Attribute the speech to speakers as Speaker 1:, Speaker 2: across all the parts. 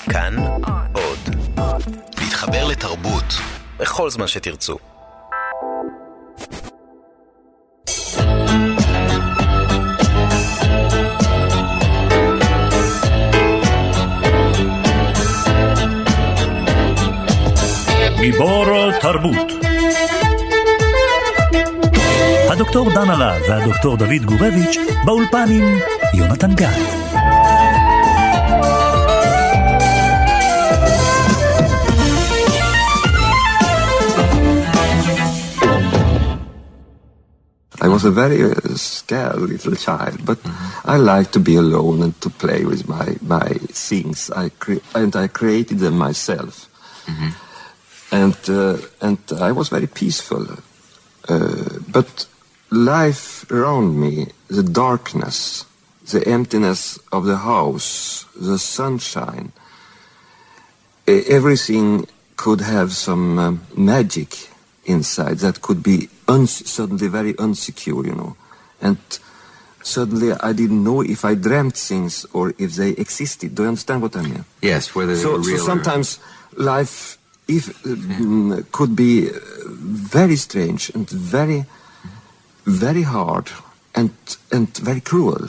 Speaker 1: כאן עוד. להתחבר לתרבות בכל זמן שתרצו.
Speaker 2: גיבור תרבות. הדוקטור דן הרב והדוקטור דוד גורביץ' באולפן עם יונתן גת.
Speaker 3: I was a very scared little child, but I liked to be alone and to play with my things. I created them myself. And I was very peaceful. But life around me, the darkness, the emptiness of the house, the sunshine, everything could have some magic inside that could be suddenly very unsecure, you know. And suddenly I didn't know if I dreamt things or if they existed. Do you understand what I mean?
Speaker 4: Yes, whether they were real.
Speaker 3: So sometimes life could be very strange and very, very hard and very cruel.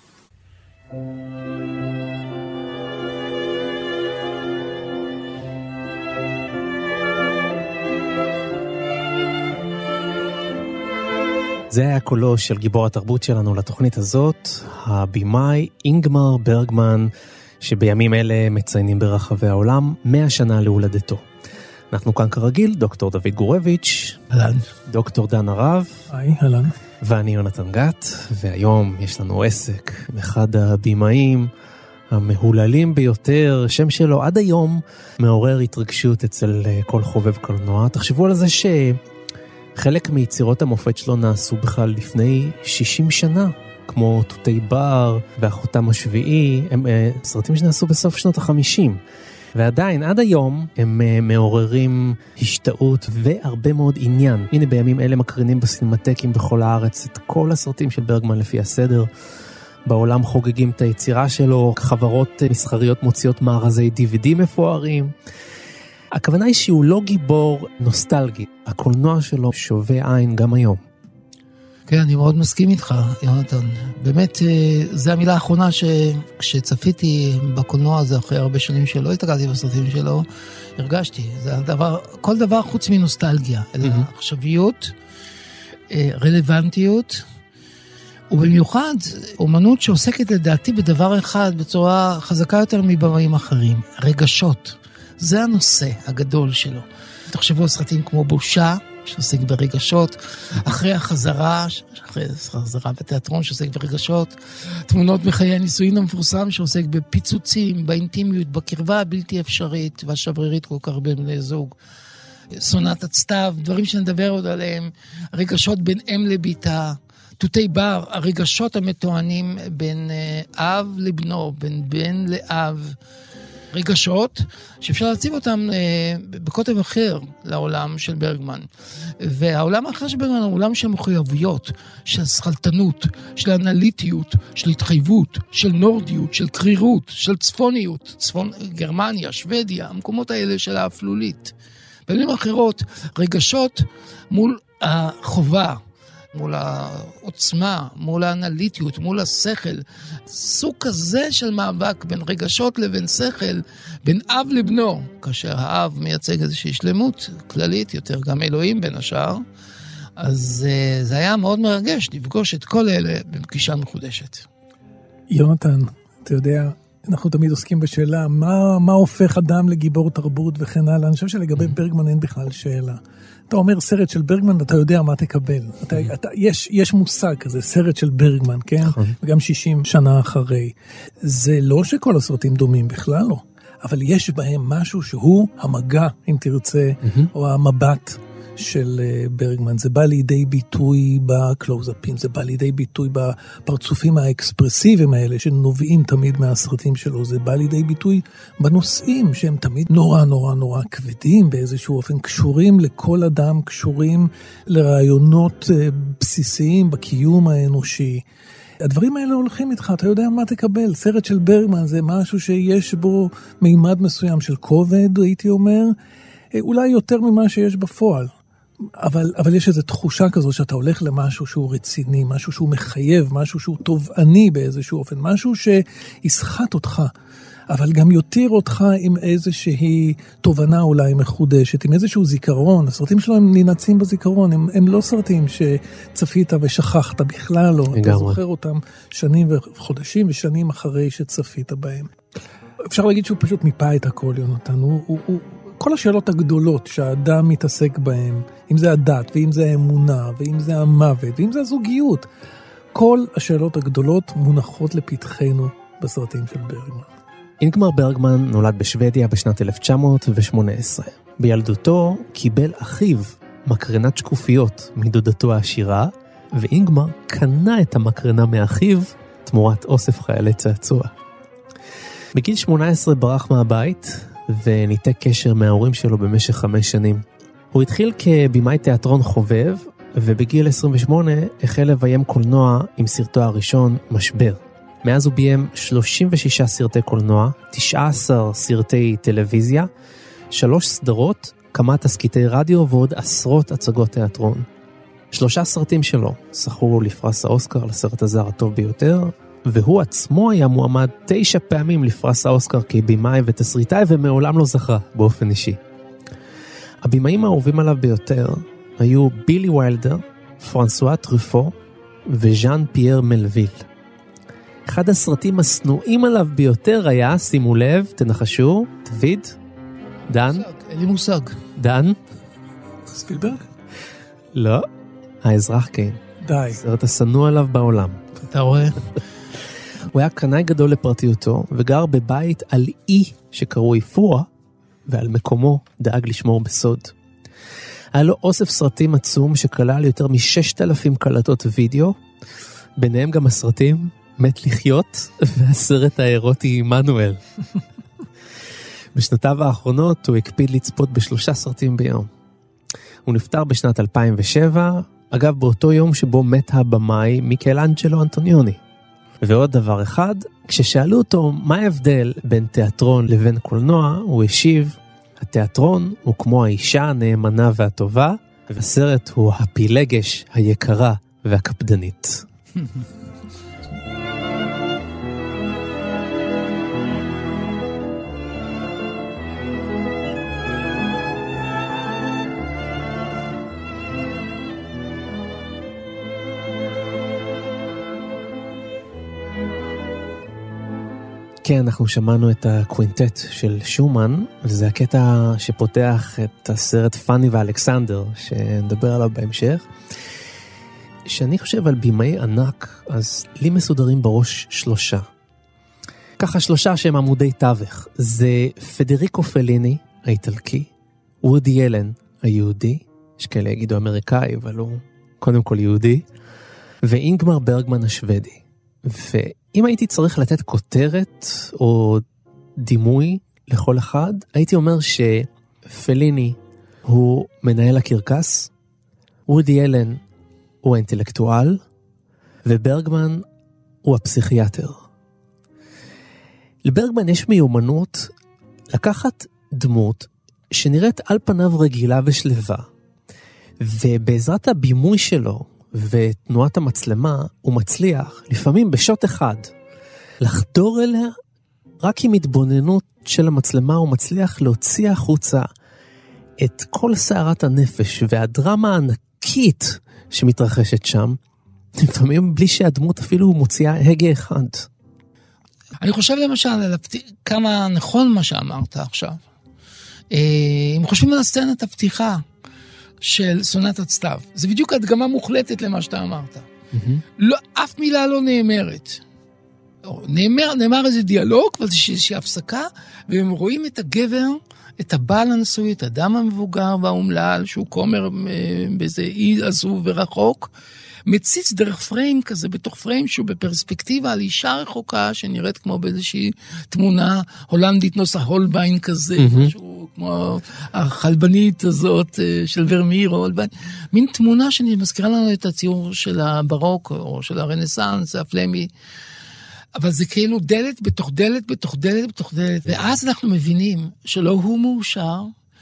Speaker 5: זה היה קולו של גיבור התרבות שלנו לתוכנית הזאת, הבימאי אינגמר ברגמן, שבימים אלה מציינים ברחבי העולם 100 שנה להולדתו. אנחנו כאן כרגיל, דוקטור דוד גורביץ',
Speaker 6: אהלן.
Speaker 5: דוקטור דן הרב,
Speaker 6: היי, אהלן.
Speaker 5: ואני יונתן גת, והיום יש לנו עסק עם אחד הבימאים המהוללים ביותר, שם שלו עד היום מעורר התרגשות אצל כל חובב קולנוע. תחשבו על זה שחלק מיצירות המופת שלו נעשו בכלל לפני 60 שנה, כמו תותי בר והחותם השביעי, הם סרטים שנעשו בסוף שנות ה-50. ועדיין, עד היום, הם מעוררים השתאות והרבה מאוד עניין. הנה בימים אלה מקרינים בסינמטקים בכל הארץ את כל הסרטים של ברגמן לפי הסדר. בעולם חוגגים את היצירה שלו, חברות מסחריות מוציאות מארזי DVD מפוארים. הכוונה היא שהוא לא גיבור נוסטלגי. הקולנוע שלו שווה עין גם היום.
Speaker 6: כן, אני מאוד מסכים איתך, יונתן. באמת, זו המילה האחרונה שכשצפיתי בקולנוע הזה אחרי הרבה שנים שלא התרגלתי בסרטים שלו, הרגשתי. זה הדבר, כל דבר חוץ מנוסטלגיה. אלא עכשוויות, רלוונטיות, ובמיוחד אומנות שעוסקת לדעתי בדבר אחד בצורה חזקה יותר מבמאים אחרים. רגשות. זה הנושא הגדול שלו. תחשבו על סרטים כמו בושה, שעוסק ברגשות, אחרי החזרה בתיאטרון שעוסק ברגשות, תמונות מחיי הנישואין המפורסם שעוסק בפיצוצים, באינטימיות, בקרבה הבלתי אפשרית והשברירית כל כך בין בני זוג, סונת סתיו, דברים שנדבר עוד עליהם, רגשות בין אם לביתה, תותי בר, הרגשות המתואנים בין אב לבנו, בין בן לאב, רגשות שאפשר להציב אותם בכותב אחר לעולם של ברגמן. והעולם האחר של ברגמן הוא עולם של מחויבויות, של שכלתנות, של אנליטיות, של התחייבות, של נורדיות, של קרירות, של צפוניות, צפון גרמניה, שוודיה, המקומות האלה של האפלולית. במילים אחרות, רגשות מול החובה, מול העוצמה, מול האנליטיות, מול השכל. סוג כזה של מאבק בין רגשות לבין שכל, בין אב לבנו, כאשר האב מייצג איזושהי שלמות כללית, יותר גם אלוהים בין השאר. אז זה היה מאוד מרגש לפגוש את כל אלה בפגישה מחודשת.
Speaker 7: יונתן, אתה יודע, אנחנו תמיד עוסקים בשאלה, מה הופך אדם לגיבור תרבות וכן הלאה. אני חושב שלגבי ברגמן אין בכלל שאלה. אתה אומר סרט של ברגמן, אתה יודע מה תקבל. יש מושג כזה, סרט של ברגמן, כן? וגם 60 שנה אחרי. זה לא שכל הסרטים דומים בכלל, לא. אבל יש בהם משהו שהוא המגע, אם תרצה, או המבט של ברגמן. זה בא לידי ביטוי בקלוזאפים, זה בא לידי ביטוי בפרצופים האקספרסיביים האלה, שנובעים תמיד מהסרטים שלו. זה בא לידי ביטוי בנושאים שהם תמיד נורא נורא נורא כבדים, באיזשהו אופן קשורים לכל אדם, קשורים לרעיונות בסיסיים בקיום האנושי. הדברים האלה הולכים איתך, אתה יודע מה תקבל. סרט של ברגמן זה משהו שיש בו מימד מסוים של כובד, הייתי אומר, אולי יותר ממה שיש בפועל. אבל יש איזו תחושה כזו שאתה הולך למשהו שהוא רציני, משהו שהוא מחייב, משהו שהוא תובעני באיזשהו אופן, משהו שיסחט אותך, אבל גם יותיר אותך עם איזושהי תובנה אולי מחודשת, עם איזשהו זיכרון. הסרטים שלו הם ננעצים בזיכרון, הם לא סרטים שצפית ושכחת בכלל לא. אתה זוכר אותם שנים וחודשים ושנים אחרי שצפית בהם. אפשר להגיד שהוא פשוט מיפה את הכל, יונתן. כל השאלות הגדולות שהאדם מתעסק בהן, אם זה הדת, ואם זה האמונה, ואם זה המוות, ואם זה הזוגיות, כל השאלות הגדולות מונחות לפתחנו בסרטים של ברגמן.
Speaker 5: אינגמר ברגמן נולד בשוודיה בשנת 1918. בילדותו קיבל אחיו מקרנת שקופיות מדודתו העשירה, ואינגמר קנה את המקרנה מאחיו תמורת אוסף חיילי צעצוע. בגיל 18 ברח מהבית וניתק קשר מההורים שלו במשך 5 שנים. הוא התחיל כבימאי תיאטרון חובב, ובגיל 28 החל לביים קולנוע עם סרטו הראשון, משבר. מאז הוא ביים 36 סרטי קולנוע, 19 סרטי טלוויזיה, 3 סדרות, כמה תסקיטי רדיו ועוד עשרות הצגות תיאטרון. 3 סרטים שלו זכו לפרס האוסקר לסרט הזר הטוב ביותר, והוא עצמו היה מועמד 9 פעמים לפרס האוסקר כבימאי ותסריטאי, ומעולם לא זכה באופן אישי. הבימאים האהובים עליו ביותר היו בילי ויילדר, פרנסואה טרופו וז'אן פייר מלוויל. אחד הסרטים הסנועים עליו ביותר היה, שימו לב, תנחשו, דוד, דן?
Speaker 6: אין לי מושג.
Speaker 5: דן?
Speaker 7: ספילברג?
Speaker 5: לא, האזרח קיין.
Speaker 7: די.
Speaker 5: סרט הסנוע עליו בעולם.
Speaker 6: אתה רואה?
Speaker 5: הוא היה קנאי גדול לפרטיותו, וגר בבית על אי שקראו איפורה, ועל מקומו דאג לשמור בסוד. היה לו אוסף סרטים עצום שכלל יותר מ6,000 קלטות וידאו, ביניהם גם הסרטים מת לחיות והסרט האירוטי מנואל. בשנתיו האחרונות הוא הקפיד לצפות ב3 סרטים ביום. הוא נפטר בשנת 2007, אגב באותו יום שבו מת הבמאי מיקלאנג'לו אנטוניוני. ועוד דבר אחד, כששאלו אותו מה ההבדל בין תיאטרון לבין קולנוע, הוא השיב, התיאטרון הוא כמו האישה הנאמנה והטובה, והסרט הוא הפילגש היקרה והקפדנית. כן, אנחנו שמענו את הקווינטט של שומן, וזה הקטע שפותח את הסרט פאני ואלכסנדר, שנדבר עליו בהמשך. שאני חושב על בימאי ענק, אז לי מסודרים בראש 3. ככה 3 שהם עמודי תווך. זה פדריקו פליני, האיטלקי, וודי אלן, היהודי, יש כאלה יגידו אמריקאי, אבל הוא קודם כל יהודי, ואינגמר ברגמן השוודי. ואם הייתי צריך לתת כותרת או דימוי לכל אחד, הייתי אומר שפליני הוא מנהל הקרקס, וודי אלן הוא האינטלקטואל, וברגמן הוא הפסיכיאטר. לברגמן יש מיומנות לקחת דמות שנראית על פניו רגילה ושלווה, ובעזרת הבימוי שלו ותנועת המצלמה הוא מצליח, לפעמים בשוט אחד, לחדור אליה רק עם התבוננות של המצלמה, הוא מצליח להוציא החוצה את כל סערת הנפש והדרמה הענקית שמתרחשת שם, לפעמים בלי שהדמות אפילו מוציאה הגה אחד.
Speaker 6: אני חושב למשל כמה נכון מה שאמרת עכשיו. אם חושבים על הסצנת הפתיחה של סונטת סתיו, זה בדיוק הדגמה מוחלטת למה שאתה אמרת. לא, אף מילה לא נאמרת. נאמר איזה דיאלוג, אבל זה איזושהי הפסקה, והם רואים את הגבר, את הבעל הנשוי, את האדם המבוגר והאומלל, שהוא כומר באיזה אי עזוב ורחוק, מציץ דרך פריים כזה, בתוך פריים שהוא בפרספקטיבה על אישה רחוקה, שנראית כמו באיזושהי תמונה הולנדית נוסע הולביין כזה, משהו כמו החלבנית הזאת של ורמיר, מין תמונה שמזכירה לנו את הציור של הברוק או של הרנסנס, הפלמי, אבל זה כאילו דלת בתוך דלת בתוך דלת בתוך דלת, ואז אנחנו מבינים שלא הוא מאושר,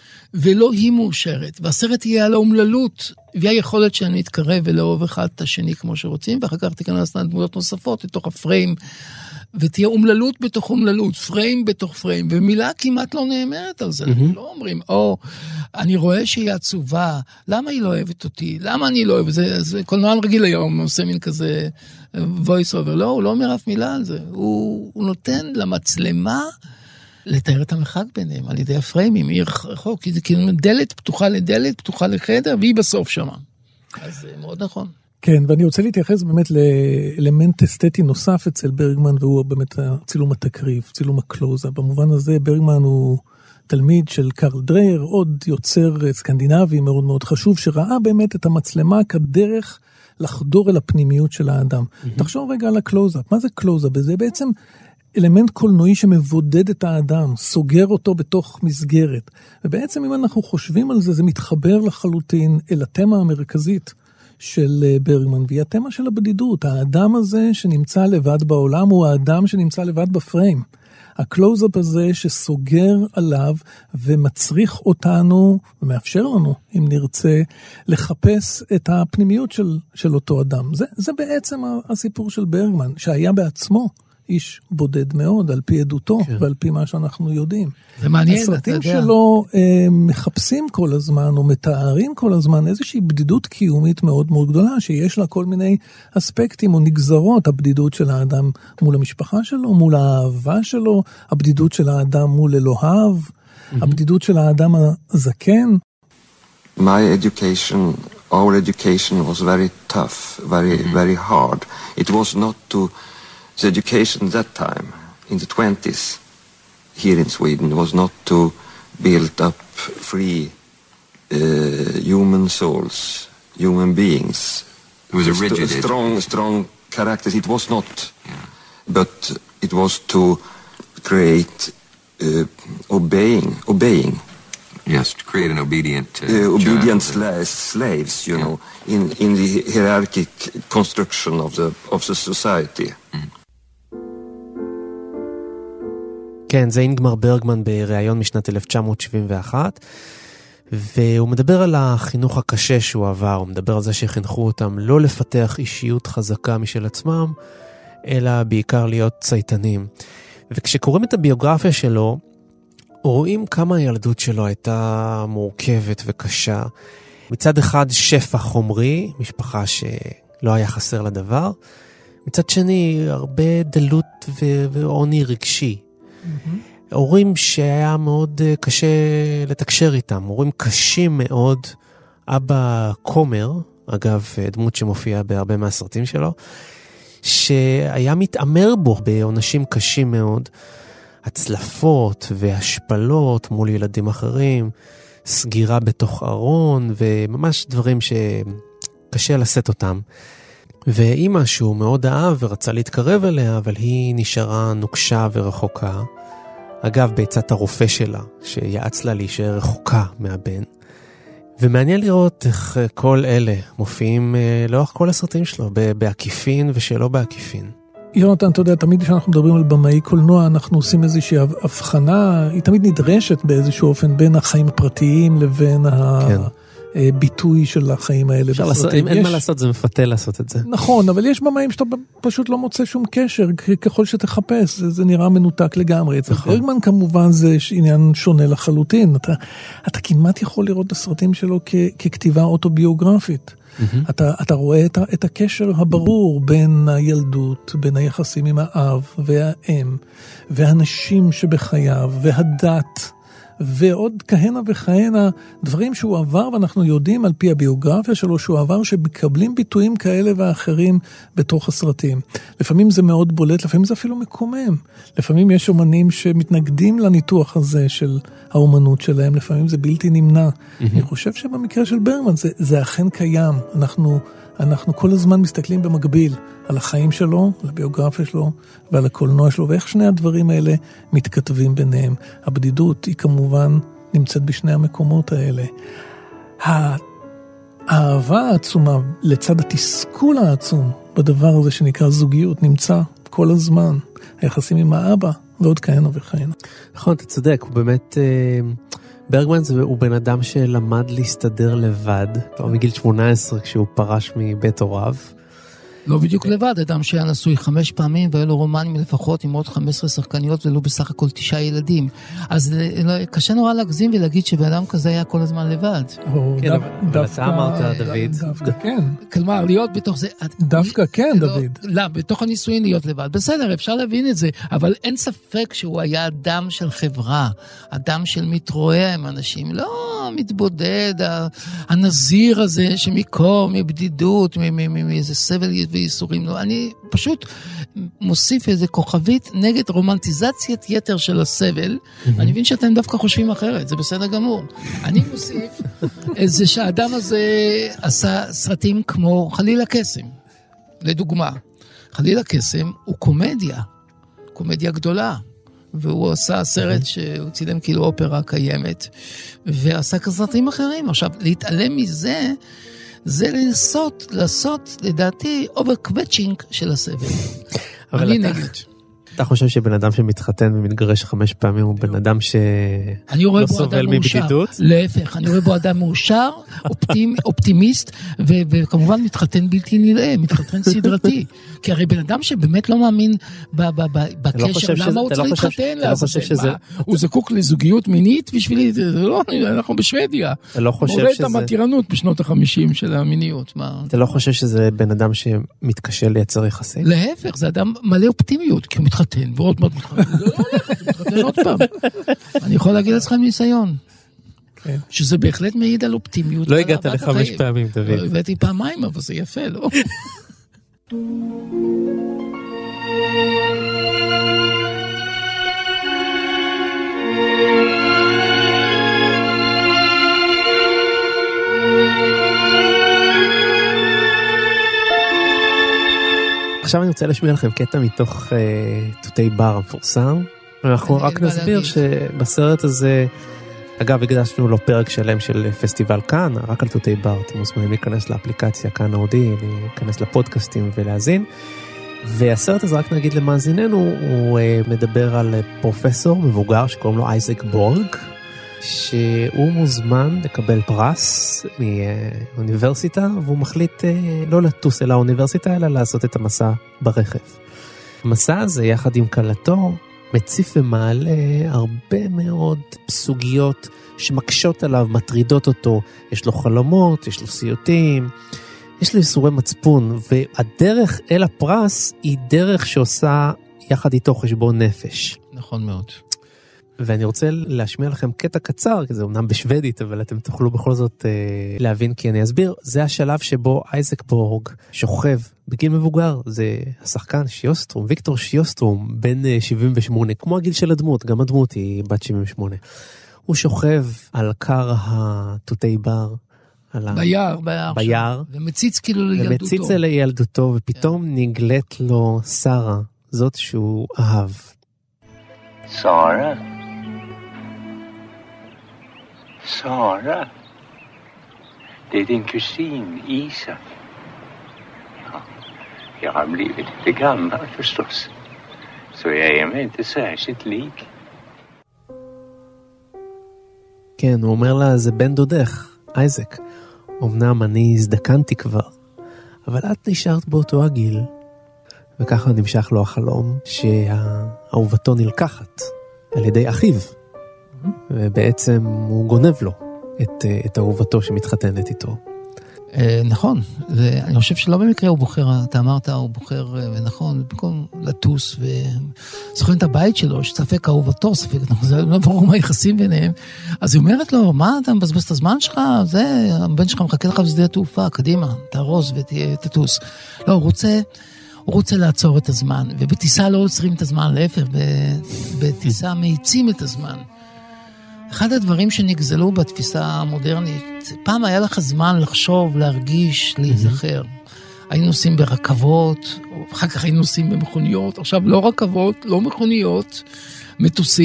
Speaker 6: ולא היא מאושרת, והסרט יהיה על האומללות, והיכולת שאני אתקרב ולאהוב אחד את השני כמו שרוצים, ואחר כך תיכנס לדמויות נוספות לתוך הפריים, ותהיה אומללות בתוך אומללות, פריים בתוך פריים, ומילה כמעט לא נאמרת על זה, לא אומרים, אני רואה שהיא עצובה, למה היא לא אוהבת אותי? למה אני לא אוהב? זה קולנוען רגיל היום, עושה מין כזה voice over, לא, הוא לא אומר אף מילה על זה, הוא נותן למצלמה, לתאר את המרחק ביניהם, על ידי הפריימים, היא רחוק, כי זה כאילו דלת פתוחה לדלת, פתוחה לחדר, והיא בסוף שמה. אז זה מאוד נכון.
Speaker 7: כן, ואני רוצה להתייחס באמת לאלמנט אסתטי נוסף אצל ברגמן, והוא באמת צילום התקריב, צילום הקלוזה. במובן הזה ברגמן הוא תלמיד של קרל דרייר, עוד יוצר סקנדינבי מאוד מאוד חשוב, שראה באמת את המצלמה כדרך לחדור אל הפנימיות של האדם. תחשוב רגע על הקלוזה, מה זה קלוזה? זה בעצם אלמנט קולנועי שמבודד את האדם, סוגר אותו בתוך מסגרת. ובעצם אם אנחנו חושבים על זה, זה מתחבר לחלוטין אל התמה המרכזית של ברגמן, והיא התמה של הבדידות. האדם הזה שנמצא לבד בעולם, הוא האדם שנמצא לבד בפריים. הקלוז-אפ הזה שסוגר עליו ומצריך אותנו, ומאפשר לנו, אם נרצה, לחפש את הפנימיות של אותו אדם. זה בעצם הסיפור של ברגמן, שהיה בעצמו איש בודד מאוד, על פי עדותו, כן. ועל פי מה שאנחנו יודעים.
Speaker 6: זה מעניין,
Speaker 7: הסרטים שלו מחפשים כל הזמן, או מתארים כל הזמן, איזושהי בדידות קיומית מאוד מאוד גדולה, שיש לה כל מיני אספקטים או נגזרות, הבדידות של האדם מול המשפחה שלו, מול האהבה שלו, הבדידות של האדם מול אלוהיו, הבדידות של האדם הזקן.
Speaker 3: My education, our education was very tough, very hard. It was not to the education at that time, in the 20s, here in Sweden, was not to build up free human souls, human beings.
Speaker 1: It was a rigid...
Speaker 3: Strong characters. It was not. Yeah. But it was to create obeying.
Speaker 1: Yes, to create an obedient
Speaker 3: slaves, you know, in the hierarchic construction of the society.
Speaker 5: כן, זה אינגמר ברגמן בריאיון משנת 1971, והוא מדבר על החינוך הקשה שהוא עבר, הוא מדבר על זה שחינכו אותם לא לפתח אישיות חזקה משל עצמם, אלא בעיקר להיות צייתנים. וכשקוראים את הביוגרפיה שלו, רואים כמה הילדות שלו הייתה מורכבת וקשה. מצד אחד שפע חומרי, משפחה שלא היה חסר לדבר, מצד שני הרבה דלות ועוני רגשי. הורים שהיה מאוד קשה לתקשר איתם, הורים קשים מאוד. אבא קומר, אגב דמות שמופיעה בהרבה מהסרטים שלו, שהיה מתאמר בו בעונשים קשים מאוד, הצלפות והשפלות מול ילדים אחרים, סגירה בתוך ארון, וממש דברים שקשה לשאת אותם. ואמא שהוא מאוד אהב ורצה להתקרב אליה, אבל היא נשארה נוקשה ורחוקה. אגב, בעצת הרופא שלה, שיעץ לה להישאר רחוקה מהבן. ומעניין לראות איך כל אלה מופיעים לאורך כל הסרטים שלו, בעקיפין ושלא בעקיפין.
Speaker 7: יונתן, אתה יודע, תמיד כשאנחנו מדברים על במאי קולנוע, אנחנו עושים איזושהי הבחנה, היא תמיד נדרשת באיזשהו אופן בין החיים הפרטיים לבין
Speaker 5: כן.
Speaker 7: הביטוי של החיים האלה.
Speaker 5: אם אין מה לעשות, זה מפתה לעשות את זה.
Speaker 7: נכון, אבל יש במאים שאתה פשוט לא מוצא שום קשר, ככל שתחפש, זה נראה מנותק לגמרי. ברגמן כמובן זה עניין שונה לחלוטין. אתה כמעט יכול לראות את הסרטים שלו ככתיבה אוטוביוגרפית. אתה רואה את הקשר הברור בין הילדות, בין היחסים עם האב והאם, והאנשים שבחייו, והדת, ועוד כהנה וכהנה דברים שהוא עבר, ואנחנו יודעים על פי הביוגרפיה שלו שהוא עבר, שמקבלים ביטויים כאלה ואחרים בתוך הסרטים. לפעמים זה מאוד בולט, לפעמים זה אפילו מקומם. לפעמים יש אומנים שמתנגדים לניתוח הזה של האומנות שלהם, לפעמים זה בלתי נמנע. אני חושב שבמקרה של ברגמן זה אכן קיים. אנחנו כל הזמן מסתכלים במקביל על החיים שלו, על הביוגרפיה שלו ועל הקולנוע שלו, ואיך שני הדברים האלה מתכתבים ביניהם. הבדידות היא כמובן נמצאת בשני המקומות האלה. האהבה העצומה לצד התסכול העצום בדבר הזה שנקרא זוגיות נמצא כל הזמן. היחסים עם האבא ועוד כהנה וכהנה.
Speaker 5: נכון, אתה צודק, הוא באמת, ברגמן הוא בן אדם שלמד להסתדר לבד, מגיל 18 כשהוא פרש מבית הוריו.
Speaker 6: לא בדיוק לבד, אדם שהיה נשוי 5 פעמים, והיו לו רומנים לפחות עם עוד 15 שחקניות, ולא בסך הכל 9 ילדים. אז קשה נורא להגזים ולהגיד שבן אדם כזה היה כל הזמן לבד.
Speaker 5: כן, אבל אתה אמרת, דוד.
Speaker 7: דווקא כן.
Speaker 6: כלומר, להיות בתוך זה...
Speaker 7: דווקא כן, דוד.
Speaker 6: לא, בתוך הנישואין להיות לבד. בסדר, אפשר להבין את זה, אבל אין ספק שהוא היה אדם של חברה, אדם של מתרועע עם אנשים, לא מתבודד, הנזיר הזה שמקור, מבדידות, מאיזה סבל וייסורים. אני פשוט מוסיף איזה כוכבית נגד רומנטיזציית יתר של הסבל. אני מבין שאתם דווקא חושבים אחרת, זה בסדר גמור. אני מוסיף איזה שהאדם הזה עשה סרטים כמו חלילה קסם. לדוגמה, חלילה קסם הוא קומדיה גדולה. והוא עשה סרט שהוא צילם כאילו אופרה קיימת, ועשה כסרטים אחרים. עכשיו, להתעלם מזה, זה לעשות, לדעתי, אובר-קווצ'ינג של הסבל. אני נגד.
Speaker 5: אתה חושב שבן אדם שמתחתן ומתגרש 5 פעמים הוא בן אדם שלא סובל מבדידות?
Speaker 6: להפך, אני רואה בו אדם מאושר, אופטימיסט, וכמובן מתחתן בלתי נראה, מתחתן סדרתי. כי הרי בן אדם שבאמת לא מאמין בקשר, למה הוא צריך להתחתן? הוא זקוק לזוגיות מינית בשבילי, אנחנו בשוודיה.
Speaker 5: אתה לא חושב
Speaker 6: מורה את המתירנות בשנות ה-50 של המיניות. אתה
Speaker 5: לא חושב שזה בן אדם שמתקשה לייצר יחסים?
Speaker 6: להפך, זה אדם מלא אופטימיות, כי הוא מתחתן, ועוד מאוד מתחתן. זה לא הולך, הוא מתחתן עוד פעם. אני יכול להגיד לך ניסיון. שזה בהחלט מעיד על אופטימיות.
Speaker 5: לא הגעת ל5 פעמים, דוד.
Speaker 6: הבאתי פעמיים, אבל זה יפה, לא?
Speaker 5: עכשיו אני רוצה להשמיע לכם קטע מתוך תותי בר המפורסם. אנחנו רק נסביר שבסרט הזה, אגב, הקדשנו לו פרק שלם של פסטיבל כאן, רק על תותי בר. אתם מוזמנים להיכנס לאפליקציה כאן אודי, להיכנס לפודקאסטים ולהזין. והסרט הזה, רק נגיד למאזיננו, הוא מדבר על פרופסור מבוגר שקוראים לו אייזק בורג, שהוא מוזמן לקבל פרס מאוניברסיטה, והוא מחליט לא לטוס אל האוניברסיטה, אלא לעשות את המסע ברכב. המסע הזה, יחד עם קלתו, מציף ומעלה הרבה מאוד סוגיות שמקשות עליו, מטרידות אותו. יש לו חלומות, יש לו סיוטים, יש לו ייסורי מצפון, והדרך אל הפרס היא דרך שעושה יחד איתו חשבון נפש.
Speaker 6: נכון מאוד.
Speaker 5: ואני רוצה להשמיע לכם קטע קצר, כי זה אומנם בשוודית, אבל אתם תוכלו בכל זאת להבין, כי אני אסביר. זה השלב שבו אייזק בורג שוכב בגיל מבוגר, זה השחקן שיוסטרום, ויקטור שיוסטרום, בן 78, כמו הגיל של הדמות, גם הדמות היא בת 78. הוא שוכב על קר התותי בר, ביער,
Speaker 6: ומציץ כאילו לילדותו.
Speaker 5: ומציץ לילדותו, ופתאום נגלית לו שרה, זאת שהוא אהב.
Speaker 4: Sara, det är din kusin Isa. Ja, jag har blivit lite gammal förstås, så jag är mig inte särskilt lik.
Speaker 5: כן, הוא אומר לה, זה בן דודך, אייזק. אמנם אני הזדקנתי כבר, אבל את נשארת באותו הגיל. וככה נמשך לו החלום שהאהובתו נלקחת על ידי אחיו. ובעצם הוא גונב לו את אהובתו שמתחתנת איתו.
Speaker 6: נכון, ואני חושב שלא במקרה הוא בוחר, אתה אמרת, הוא בוחר, ונכון, במקום לטוס וסוכן את הבית שלו, שספק אהובתו, ספק, זה לא ברור מה יחסים ביניהם, אז היא אומרת לו, מה אתה מבזבז את הזמן שלך? זה, הבן שלך מחכה לך בשדה התעופה, קדימה, תארוז ותטוס. לא, הוא רוצה לעצור את הזמן, ובטיסה לא עוצרים את הזמן, להפך, בטיסה מאיצים את הזמן. אחד הדברים שנגזלו בתפיסה המודרנית, פעם היה לך זמן לחשוב, להרגיש, להיזכר. היינו נוסעים ברכבות, אחר כך היינו נוסעים במכוניות, עכשיו לא רכבות, לא מכוניות, מטוסים,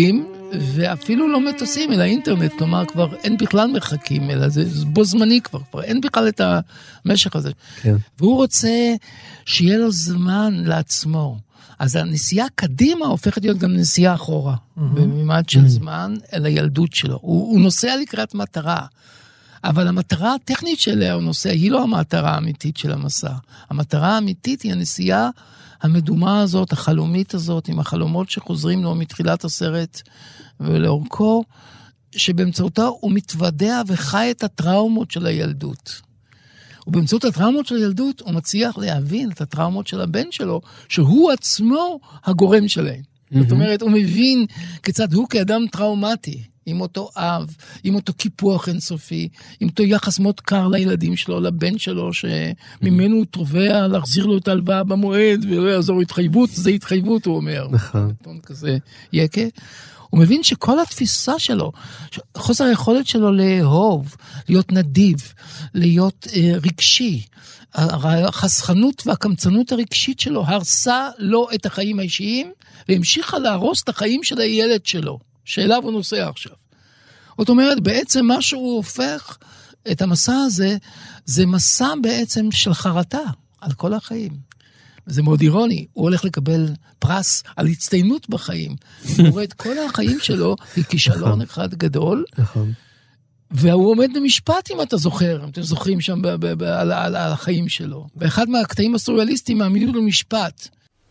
Speaker 6: ואפילו לא מטוסים, אלא אינטרנט, כלומר כבר אין בכלל מרחקים, אלא זה בו זמני כבר אין בכלל את המשך הזה.
Speaker 5: כן.
Speaker 6: והוא רוצה שיהיה לו זמן לעצמו. אז הנסיעה קדימה הופכת להיות גם נסיעה אחורה, בממד של זמן אל הילדות שלו. הוא נוסע לקראת מטרה, אבל המטרה הטכנית שלה הוא נוסע, היא לא המטרה האמיתית של המסע. המטרה האמיתית היא הנסיעה המדומה הזאת, החלומית הזאת, עם החלומות שחוזרים לו מתחילת הסרט ולאורכו, שבאמצעותו הוא מתוודע וחי את הטראומות של הילדות. ובאמצעות הטראומות של הילדות הוא מצליח להבין את הטראומות של הבן שלו, שהוא עצמו הגורם שלהם. זאת אומרת, הוא מבין כיצד הוא כאדם טראומטי, עם אותו אב, עם אותו קיפוח אינסופי, עם אותו יחס מאוד קר לילדים שלו, לבן שלו, שממנו הוא תובע להחזיר לו את ההלוואה במועד, ולא יעזור התחייבות, זה התחייבות, הוא אומר.
Speaker 5: נכון.
Speaker 6: כזה יקה. הוא מבין שכל התפיסה שלו, חוסר היכולת שלו לאהוב, להיות נדיב, להיות רגשי, החסכנות והקמצנות הרגשית שלו הרסה לו את החיים האישיים, והמשיכה להרוס את החיים של הילד שלו, שאליו הוא נוסע עכשיו. זאת אומרת, בעצם מה שהוא הופך את המסע הזה, זה מסע בעצם של חרטה על כל החיים. זה מאוד אירוני, הוא הולך לקבל פרס על הצטיינות בחיים. הוא רואה את כל החיים שלו ככישלון אחד גדול, והוא עומד במשפט, אם אתה זוכר, אם אתם זוכרים שם על החיים שלו. באחד מהקטעים הסוריאליסטיים מעמידים לו משפט.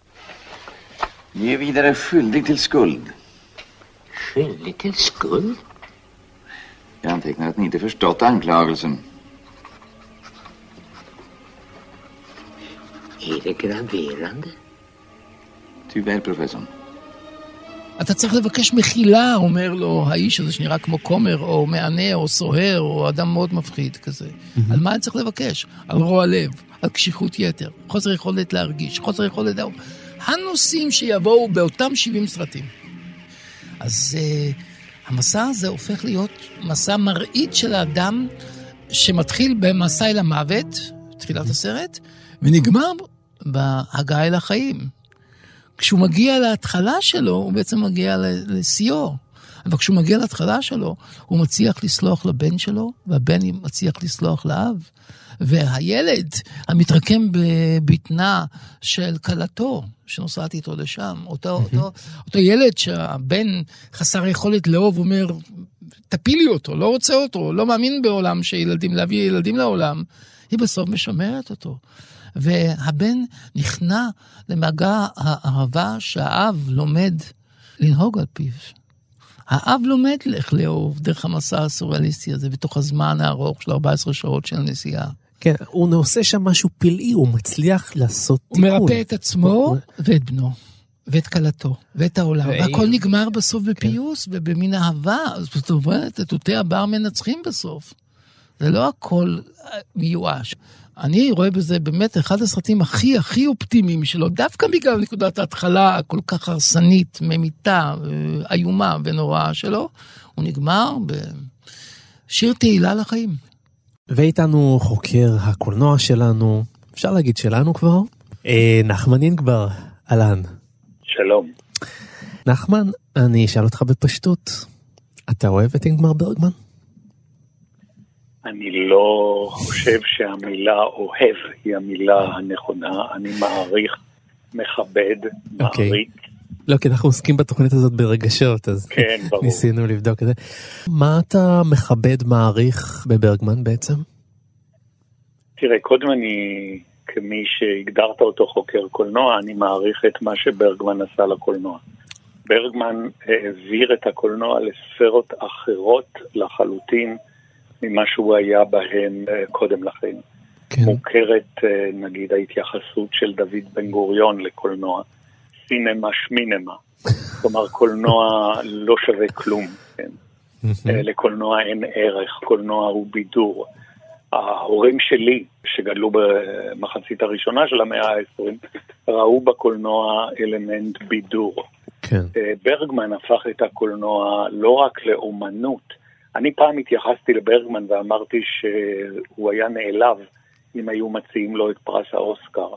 Speaker 8: Ge vidare skyldig till skuld.
Speaker 4: Skyldig till skuld?
Speaker 8: Jag antecknar att ni inte förstått anklagelsen.
Speaker 4: Är det graverande?
Speaker 8: Tyvärr, professor.
Speaker 6: אתה צריך לבקש מחילה, אומר לו האיש הזה שנראה כמו כומר, או מענה, או סוהר, או אדם מאוד מפחיד כזה. על מה אני צריך לבקש? על רוע לב, על קשיחות יתר, חוסר יכולת להרגיש, חוסר יכולת לדעת. הנושאים שיבואו באותם 70 סרטים. אז המסע הזה הופך להיות מסע מראית של האדם שמתחיל במסע אל המוות, תחילת הסרט, ונגמר בהגעה אל החיים. כשהוא מגיע להתחלה שלו, הוא בעצם מגיע לסיור. אבל כשהוא מגיע להתחלה שלו, הוא מצליח לסלוח לבן שלו, והבן מצליח לסלוח לאב. והילד המתרקם בבטנה של קלתו, שנוסעת איתו לשם, אותו ילד שהבן חסר יכולת לאהוב, אומר, תפילי אותו, לא רוצה אותו, לא מאמין בעולם שילדים, להביא ילדים לעולם, היא בסוף משמרת אותו. והבן נכנע למגע האהבה שהאב לומד לנהוג על פיו. האב לומד איך לאהוב דרך המסע הסוריאליסטי הזה, בתוך הזמן הארוך של 14 שעות של נסיעה.
Speaker 5: כן, הוא עושה שם משהו פלאי, הוא מצליח לעשות תיקון.
Speaker 6: הוא מרפא את עצמו ואת בנו, ואת קלתו, ואת העולם. והכל נגמר בסוף בפיוס ובמין אהבה. זאת אומרת, את אותי הבר מנצחים בסוף. זה לא הכל מיואש. אני רואה בזה באמת אחד הסרטים הכי אופטימיים שלו, דווקא בגלל נקודת ההתחלה כל כך הרסנית, ממיתה, איומה ונוראה שלו, הוא נגמר בשיר תהילה לחיים.
Speaker 5: ואיתנו חוקר הקולנוע שלנו, אפשר להגיד שלנו כבר, נחמן אינגבר, אלן.
Speaker 9: שלום.
Speaker 5: נחמן, אני אשאל אותך בפשטות, אתה אוהב את אינגמר ברגמן?
Speaker 9: אני לא חושב שהמילה אוהב היא המילה הנכונה, אני מעריך, מכבד, מעריך.
Speaker 5: לא, כי אנחנו עוסקים בתוכנית הזאת ברגשות, אז
Speaker 9: כן, ברור.
Speaker 5: ניסינו לבדוק את זה. מה אתה מכבד, מעריך בברגמן בעצם?
Speaker 9: תראה, קודם אני, כמי שהגדרת אותו חוקר קולנוע, אני מעריך את מה שברגמן עשה לקולנוע. ברגמן העביר את הקולנוע לספרות אחרות לחלוטין, ממה שהוא היה בהן קודם לכן. כן. מוכרת, נגיד, ההתייחסות של דוד בן גוריון לקולנוע. סינמה שמינמה. כלומר, קולנוע לא שווה כלום. כן? לקולנוע אין ערך, קולנוע הוא בידור. ההורים שלי, שגדלו במחצית הראשונה של המאה ה-20, ראו בקולנוע אלמנט בידור.
Speaker 5: כן.
Speaker 9: ברגמן הפך את הקולנוע לא רק לאומנות, אני פעם התייחסתי לברגמן ואמרתי שהוא היה נעלב אם היו מציעים לו את פרס האוסקר.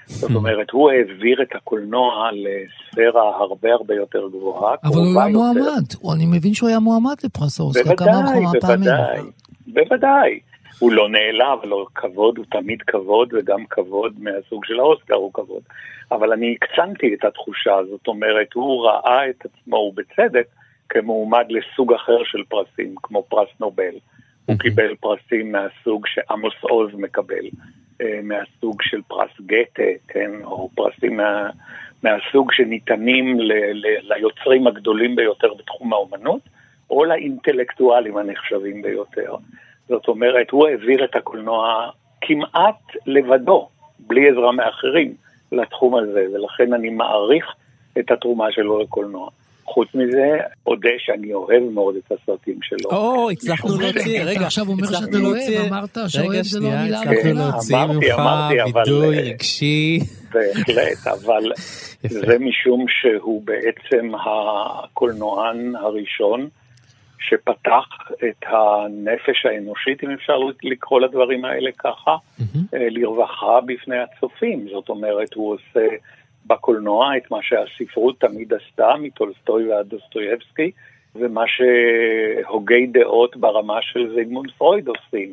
Speaker 9: זאת אומרת, הוא העביר את הקולנוע לספירה הרבה יותר גבוהה.
Speaker 6: אבל הוא היה מועמד, אני מבין שהוא היה מועמד לפרס האוסקר כמה פעמים.
Speaker 9: בוודאי. הוא לא נעלב, לא כבוד, הוא תמיד כבוד, וגם כבוד מהסוג של האוסקר הוא כבוד. אבל אני הקצנתי את התחושה, זאת אומרת, הוא ראה את עצמו, ובצדק, כמועמד לסוג אחר של פרסים, כמו פרס נובל. הוא קיבל פרסים מהסוג שעמוס עוז מקבל, מהסוג של פרס גתה, כן? או פרסים מהסוג שניתנים ליוצרים הגדולים ביותר בתחום האומנות, או לאינטלקטואלים הנחשבים ביותר. זאת אומרת, הוא העביר את הקולנוע כמעט לבדו, בלי עזרה מאחרים, לתחום הזה, ולכן אני מעריך את התרומה שלו לקולנוע. חוץ מזה, עודה שאני אוהב מאוד את הסרטים שלו.
Speaker 5: הצלחנו להוציא, רגע.
Speaker 6: אתה עכשיו אומר שאתה לא אוהב, אמרת שאוהב זה לא מילה.
Speaker 5: הצלחנו להוציא ממך בידוי רגשי.
Speaker 9: בהחלט, אבל זה משום שהוא בעצם הקולנוען הראשון, שפתח את הנפש האנושית, אם אפשר לקרוא לדברים האלה ככה, לרווחה בפני הצופים. זאת אומרת, הוא עושה בקולנוע את מה שהספרות תמיד עשתה, מטולסטוי ועד דוסטויבסקי, ומה שהוגי דעות ברמה של זיגמונד פרויד עושים.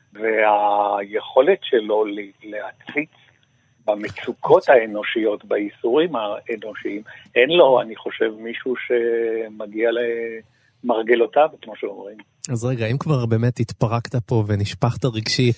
Speaker 9: והיכולת שלו להציץ במצוקות האנושיות, בייסורים האנושיים, אין לו, אני חושב, מישהו שמגיע מרגלותיו, כמו שאומרים.
Speaker 5: אז רגע, אם כבר באמת התפרקת פה ונשפחת רגשית,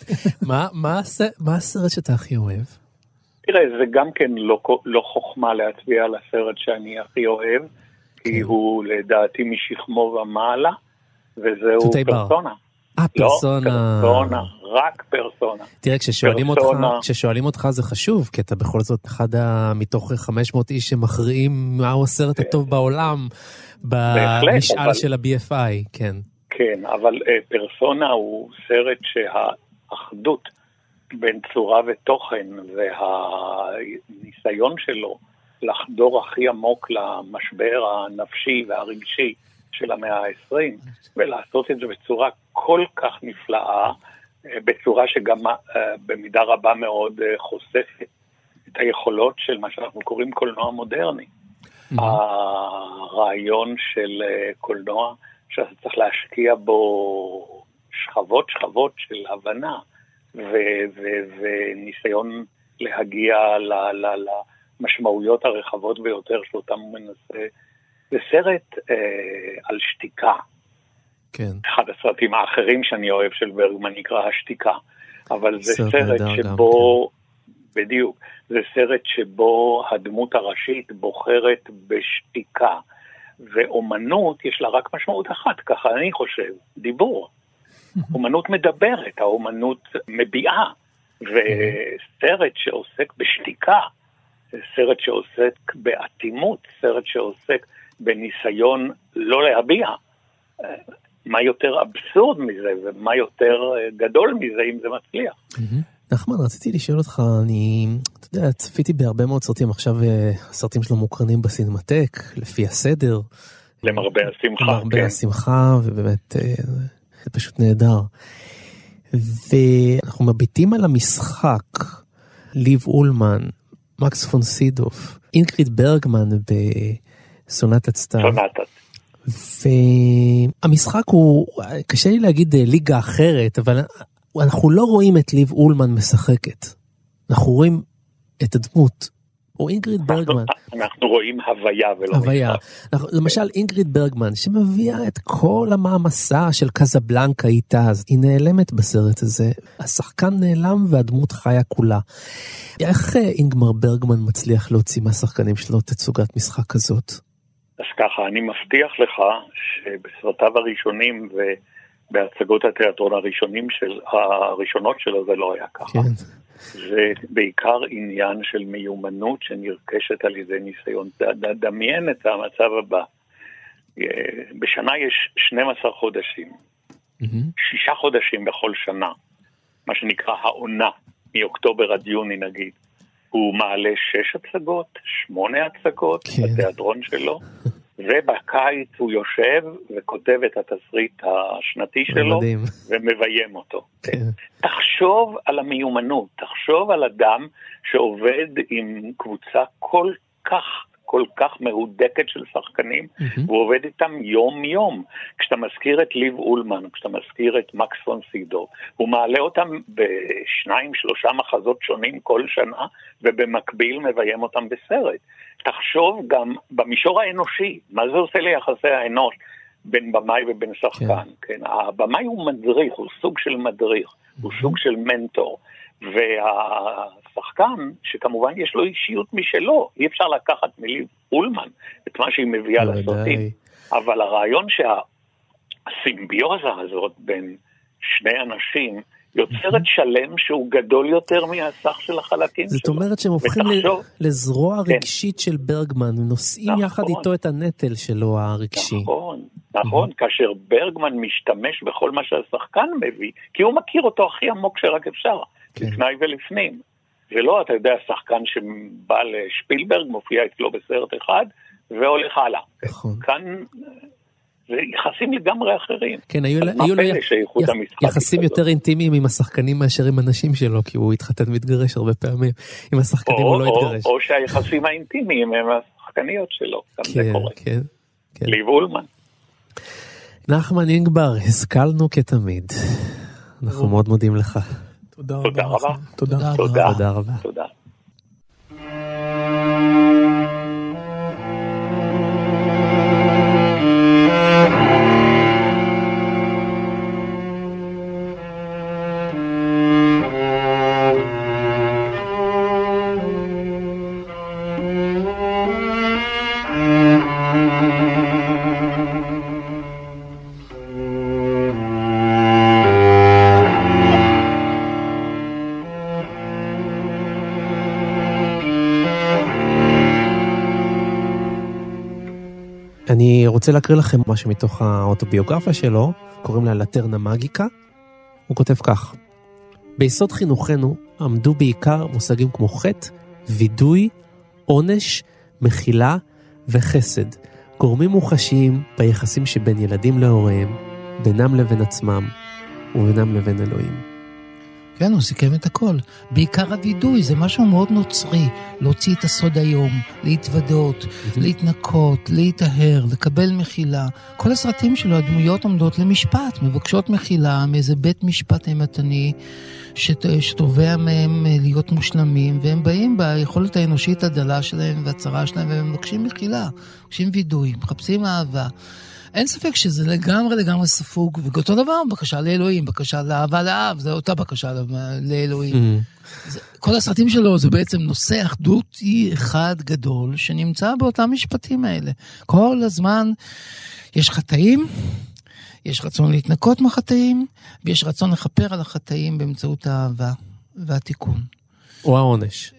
Speaker 5: מה הסרט שאתה הכי אוהב?
Speaker 9: תראה, זה גם כן לא חוכמה להצביע על הסרט שאני הכי אוהב, כי הוא לדעתי משכמו ומעלה, וזהו פרסונה.
Speaker 5: פרסונה.
Speaker 9: לא, פרסונה, רק פרסונה.
Speaker 5: תראה, כששואלים אותך זה חשוב, כי אתה בכל זאת אחד מתוך 500 איש שמכריעים מהו הסרט הטוב בעולם, במשאל של ה-BFI, כן.
Speaker 9: כן, אבל פרסונה הוא סרט שהאחדות בין צורה ותוכן והניסיון שלו לחדור הכי עמוק למשבר הנפשי והרגשי של המאה ה-20, ולעשות את זה בצורה כל כך נפלאה, בצורה שגם במידה רבה מאוד חושפת את היכולות של מה שאנחנו קוראים קולנוע מודרני. הרעיון של קולנוע שאתה צריך להשקיע בו שכבות של הבנה וניסיון להגיע למשמעויות הרחבות ביותר שאותם הוא מנסה. זה סרט על שתיקה.
Speaker 5: כן.
Speaker 9: אחד הסרטים האחרים שאני אוהב של ברגמן נקרא השתיקה. אבל זה סרט שבו, בדיוק, זה סרט שבו הדמות הראשית בוחרת בשתיקה. ואומנות יש לה רק משמעות אחת, ככה אני חושב, דיבור. אומנות מדברת, האומנות מביעה. וסרט שעוסק בשתיקה, סרט שעוסק באטימות, סרט שעוסק בניסיון לא להביע. מה יותר אבסורד מזה, ומה יותר גדול מזה, אם זה מצליח.
Speaker 5: נחמן, רציתי לשאול אותך, אתה יודע, צפיתי בהרבה מאוד סרטים, עכשיו הסרטים שלו מוקרנים בסינמטק, לפי הסדר.
Speaker 9: למרבה השמחה,
Speaker 5: למרבה השמחה, ובאמת, זה פשוט נהדר. ואנחנו מביטים על המשחק, ליב אולמן, מקס פון סידוף, אינגריד ברגמן בסונטת סתיו. והמשחק הוא, קשה לי להגיד ליגה אחרת, אבל אנחנו לא רואים את ליב אולמן משחקת. אנחנו רואים את הדמות, או אינגריד ברגמן.
Speaker 9: אנחנו רואים הוויה ולא
Speaker 5: הוויה. למשל אינגריד ברגמן, שמביאה את כל המעמסה של קזבלנקה איתה, אז היא נעלמת בסרט הזה. השחקן נעלם והדמות חיה כולה. איך אינגמר ברגמן מצליח להוציא מהשחקנים שלו תצוגת משחק כזאת?
Speaker 9: אז ככה, אני מבטיח לך שבסרטיו הראשונים ובהצגות התיאטרון הראשונות שלו זה לא היה ככה.
Speaker 5: כן.
Speaker 9: זה בעיקר עניין של מיומנות שנרכשת על ידי ניסיון. דמיין את המצב הבא. בשנה יש 12 חודשים. 6 חודשים בכל שנה. מה שנקרא העונה, מאוקטובר עד יוני נגיד. הוא מעלה 6 הצגות, 8 הצגות, בתיאטרון שלו, ובקיץ הוא יושב וכותב את התסריט השנתי שלו,
Speaker 5: מדהים.
Speaker 9: ומביים אותו.
Speaker 5: כן.
Speaker 9: תחשוב על המיומנות, תחשוב על אדם שעובד עם קבוצה כל כך מהודקת של שחקנים, והוא עובד איתם יום יום. כשאתה מזכיר את ליב אולמן, כשאתה מזכיר את מקס פון סידור, הוא מעלה אותם ב2-3 מחזות שונים כל שנה, ובמקביל מביים אותם בסרט. תחשוב גם במישור האנושי, מה זה עושה ליחסי האנוש בין במאי ובין שחקן. כן? הבמאי הוא מדריך, הוא סוג של מדריך, הוא סוג של מנטור. והשחקן, שכמובן יש לו אישיות משלו, אי אפשר לקחת מליב אולמן את מה שהיא מביאה לסרטים, אבל הרעיון שהסימביוזה הזאת בין שני אנשים יוצרת שלם שהוא גדול יותר מהסך של החלקים שלו.
Speaker 5: זאת אומרת שהם הופכים לזרוע רגשית של ברגמן, נושאים יחד איתו את הנטל שלו הרגשי.
Speaker 9: נכון, כאשר ברגמן משתמש בכל מה שהשחקן מביא, כי הוא מכיר אותו הכי עמוק שרק אפשר. לפני ולפנים. ולא, אתה יודע, שחקן שבא לשפילברג, מופיע אצלו בסרט אחד, והולך הלאה.
Speaker 5: נכון.
Speaker 9: כאן זה יחסים לגמרי אחרים.
Speaker 5: כן, היו לו יחסים יותר אינטימיים עם השחקנים מאשר עם אנשים שלו, כי הוא התחתן והתגרש הרבה פעמים. עם השחקנים הוא לא התגרש.
Speaker 9: או שהיחסים האינטימיים הם השחקניות שלו. גם זה קורה.
Speaker 5: כן.
Speaker 9: ליב אולמן.
Speaker 5: נחמן אינגבר, השכלנו כתמיד. אנחנו מאוד מודים לך.
Speaker 9: תודה רבה.
Speaker 5: תודה רבה.
Speaker 9: תודה.
Speaker 5: אני רוצה להקריא לכם משהו מתוך האוטוביוגרפיה שלו, קוראים לה לטרנה מגיקה. הוא כותב כך: ביסוד חינוכנו עמדו בעיקר מושגים כמו חטא, וידוי, עונש, מחילה וחסד, גורמים מוחשיים ביחסים שבין ילדים להוריהם, בינם לבין עצמם ובינם לבין אלוהים.
Speaker 6: כן, הוא סיכם את הכל. בעיקר הוידוי, זה משהו מאוד נוצרי, להוציא את הסוד היום, להתוודות, להתנקות, להתאהר, לקבל מחילה. כל הסרטים שלו, הדמויות עומדות למשפט, מבקשות מחילה מאיזה בית משפט אימתני, שתובע מהם להיות מושלמים, והם באים ביכולת האנושית הדלה שלהם והצרה שלהם, והם מבקשים מחילה, מבקשים וידוי, מחפשים אהבה. אין ספק שזה לגמרי ספוג, ואותו דבר, בקשה לאלוהים, בקשה לאהבה לאב, זה אותה בקשה לאלוהים. כל הסרטים שלו זה בעצם נושא אחדותי אחד גדול, שנמצא באותם משפטים האלה. כל הזמן יש חטאים, יש רצון להתנקות מהחטאים, ויש רצון לכפר על החטאים באמצעות האהבה והתיקון.
Speaker 5: או העונש.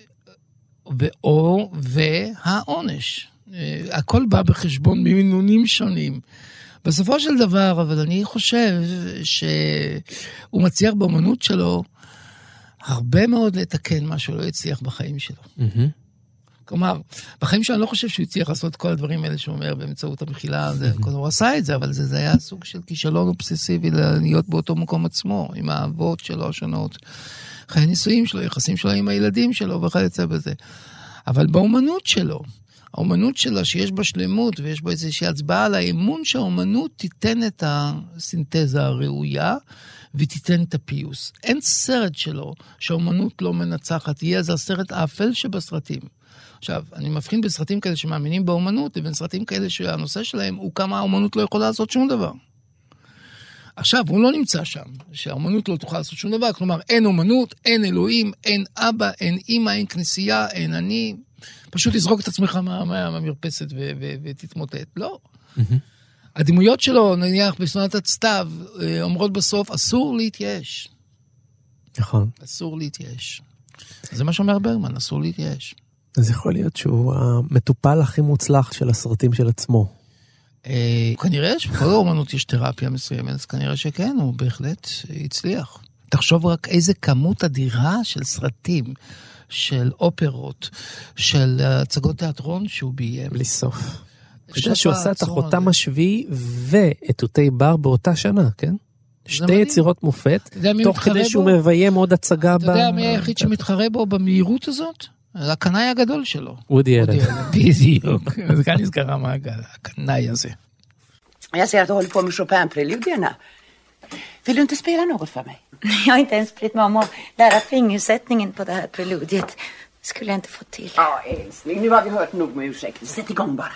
Speaker 6: והעונש. הכל בא בחשבון במינונים שונים. בסופו של דבר, אבל אני חושב שהוא מצליח באמנות שלו הרבה מאוד לתקן מה שהוא לא הצליח בחיים שלו. כלומר, בחיים שלו אני לא חושב שהוא הצליח לעשות כל הדברים האלה שהוא אומר באמצעות המחילה, הוא עשה את זה, אבל זה היה סוג של כישלון אובססיבי להיות באותו מקום עצמו, עם האהבות שלו השונות, חיי נישואים שלו, יחסים שלו עם הילדים שלו וכיוצא בזה. אבל באמנות שלו, האמנות שלה שיש בה שלמות ויש בה איזושהי הצבעה על האמון שהאמנות תיתן את הסינתזה הראויה ותיתן את הפיוס. אין סרט שלו שהאמנות לא מנצחת, יהיה זה הסרט האפל שבסרטים. עכשיו, אני מבחין בסרטים כאלה שמאמינים באמנות, לבין סרטים כאלה שהנושא שלהם הוא כמה האמנות לא יכולה לעשות שום דבר. עכשיו, הוא לא נמצא שם, שהאמנות לא תוכל לעשות שום דבר, כלומר, אין אמנות, אין אלוהים, אין אבא, אין אמא, אין כנסייה, אין אני, פשוט לזרוק את עצמך מהמרפסת ותתמוטט. לא. הדמויות שלו, נניח בסונת הסתיו, אומרות בסוף, אסור להתייאש.
Speaker 5: נכון.
Speaker 6: אסור להתייאש. זה מה שאומר ברגמן, אסור להתייאש.
Speaker 5: אז יכול להיות שהוא המטופל הכי מוצלח של הסרטים של עצמו.
Speaker 6: כנראה שבכל האומנות יש תרפיה מסוימת, אז כנראה שכן, הוא בהחלט הצליח. תחשוב רק איזה כמות אדירה של סרטים, של אופרות, של הצגות תיאטרון שהוא ביים.
Speaker 5: בלי סוף. אתה יודע שהוא עשה את החותם השביעי ואת תותי בר באותה שנה, כן? שתי יצירות מופת, תוך כדי שהוא מביים עוד הצגה.
Speaker 6: אתה יודע מי היחיד שמתחרה בו במהירות הזאת? הקנאי הגדול שלו.
Speaker 5: וודי אלן.
Speaker 6: בדיוק. זה כאן נזכר המעגל, הקנאי הזה.
Speaker 10: Jag ser att du håller på med Chopin-preludierna. Vill du inte spela något för mig?
Speaker 11: Jag har inte ens brytt mig om att lära fingersättningen på det här preludiet. Det skulle jag inte få till.
Speaker 10: Ja, älskling, nu har vi hört nog med ursäkter. Sätt igång bara.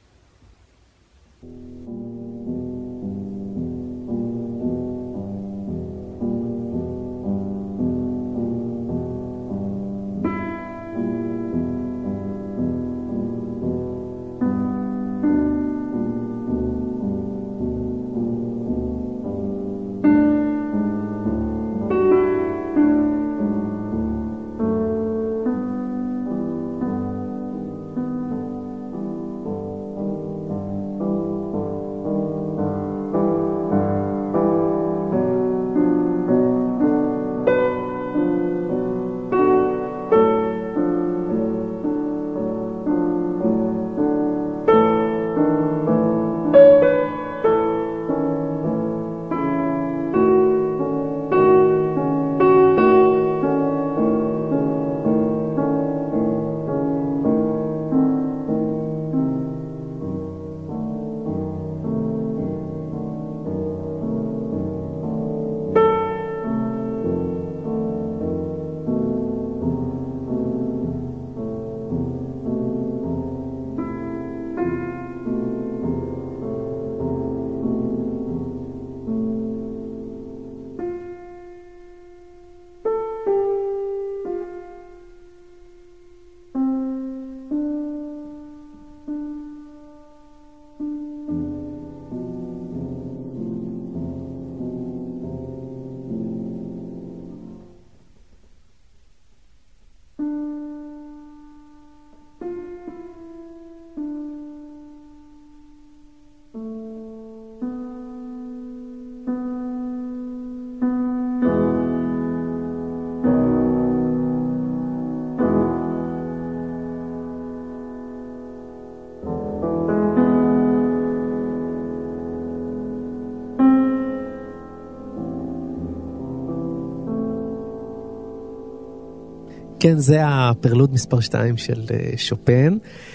Speaker 5: כן, זה הפרלוד מספר 2 של שופן,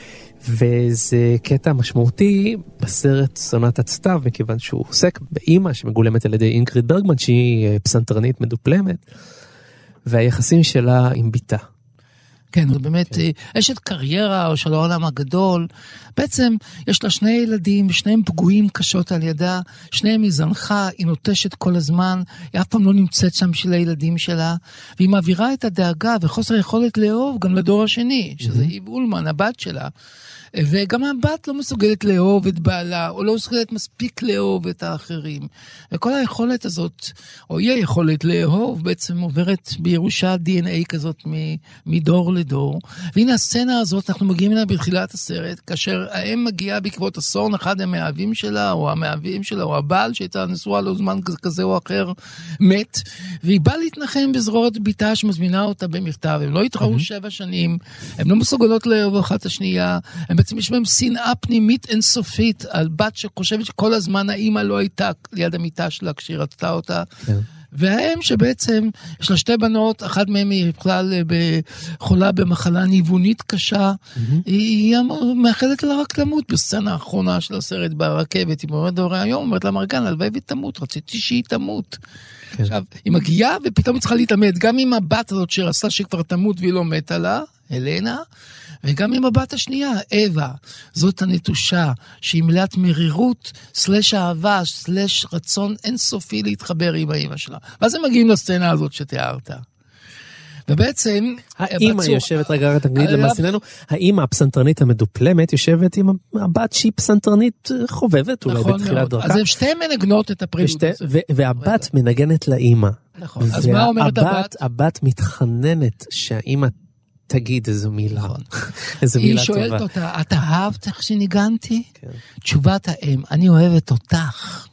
Speaker 5: וזה קטע משמעותי בסרט סונטת סתיו, מכיוון שהוא עוסק באמא שמגולמת על ידי אינגריד ברגמן, שהיא פסנתרנית מדופלמת, והיחסים שלה עם ביתה.
Speaker 6: כן, זה באמת אשת קריירה של העולם הגדול. בעצם יש לה 2 ילדים, 2 פגועים קשות על ידה, 2 מזנחה, היא נוטשת כל הזמן, היא אף פעם לא נמצאת שם של הילדים שלה, והיא מעבירה את הדאגה וחוסר יכולת לאהוב גם לדור השני, שזה איב אולמן, הבת שלה. וגם הבת לא מסוגלת לאהוב את בעלה, או לא מסוגלת מספיק לאהוב את האחרים. וכל היכולת הזאת, או אי היכולת לאהוב, בעצם עוברת בירושה DNA כזאת מדור לדור. והנה הסצנה הזאת, אנחנו מגיעים אליה בתחילת הסרט, כאשר האם מגיעה בעקבות אסון, אחד המאהבים שלה, או המאהבים שלה, או הבעל שהייתה נשואה לו זמן כזה או אחר, מת, והיא באה להתנחם בזרועות ביתה שמזמינה אותה במכתב. הם לא התחרו 7 שנים, הם לא מסוגלות לאהוב אחת השנייה, הם בעצם יש בהם שנאה פנימית אינסופית על בת שחושבת שכל הזמן האמא לא הייתה ליד המיטה שלה כשהיא רצתה אותה. כן. והאם שבעצם יש לה 2 בנות, אחת מהן היא בכלל חולה במחלה ניוונית קשה, היא מאחלת לה רק למות בסצנה האחרונה של הסרט ברכבת, היא אומרת דורי היום, אומרת לה מרגן, הלוואי ותמות, רציתי שהיא תמות. כן. עכשיו, היא מגיעה ופתאום צריכה להתאמת, גם עם הבת הזאת שרצתה שכבר תמות והיא לא מתה לה, אלנה, וגם עם הבת השנייה, אווה, זאת הנטושה, שהיא מלאת מרירות, סלש אהבה, סלש רצון אינסופי להתחבר עם האמא שלה. ואז הם מגיעים לסצנה הזאת שתיארת. ובעצם...
Speaker 5: האמא יושבת, רגע, תגיד למאזיננו, האמא הפסנתרנית המדופלמת יושבת עם הבת שהיא פסנתרנית חובבת, אולי בתחילת דרכה.
Speaker 6: אז הם 2 מנגנות את הפרילוד הזה.
Speaker 5: והבת מנגנת לאמא.
Speaker 6: נכון, אז מה אומרת הבת?
Speaker 5: הבת מתחננת שהאמא תגיד איזו מילה. איזו מילה טובה.
Speaker 6: היא שואלת אותה, אתה אהבת איך שניגנתי? כן. תשובת האם, אני אוהבת אותך.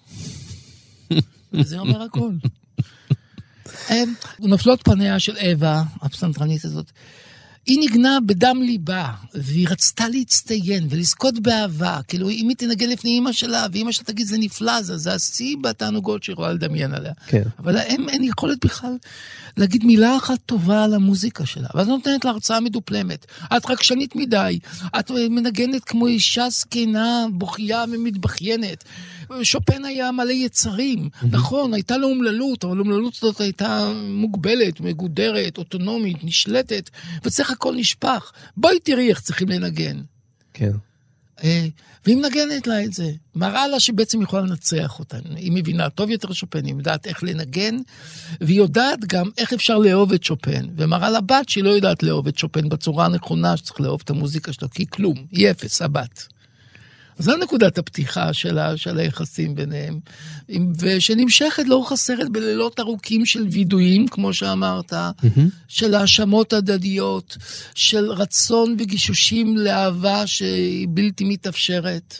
Speaker 6: וזה אומר הכל. נופלות פניה של אווה, הפסנתרנית הזאת. היא ניגנה בדם ליבה, והיא רצתה להצטיין ולזכות באהבה, כאילו אם היא תנגן לפני אמא שלה, ואמא שלה תגיד זה נפלא, זה השיא בתענוגות שהיא יכולה לדמיין עליה. כן. אבל אין יכולת בכלל להגיד מילה אחת טובה על המוזיקה שלה, ואז נותנת לה הרצאה מדופלמת, את רגשנית מדי, את מנגנת כמו אישה זקנה, בוכייה ומתבכיינת, שופן היה מלא יצרים, נכון, הייתה לו אומללות, אבל האומללות הזאת הייתה מוגבלת, מגודרת, אוטונומית, נשלטת, וצריך הכל נשפח. בואי תראי איך צריכים לנגן.
Speaker 5: כן.
Speaker 6: והיא מנגנת לה את זה. מראה לה שבעצם יכולה לנצח אותה. היא מבינה טוב יותר שופן, היא יודעת איך לנגן, והיא יודעת גם איך אפשר לאהוב את שופן. ומראה לבת שהיא לא יודעת לאהוב את שופן בצורה הנכונה, שצריך לאהוב את המוזיקה שלו, כי כלום, היא אפס, הבת. אז זו נקודת הפתיחה של היחסים ביניהם, ושנמשכת לאורך הסרט בלילות ארוכים של וידויים, כמו שאמרת, של האשמות הדדיות, של רצון וגישושים לאהבה שהיא בלתי מתאפשרת,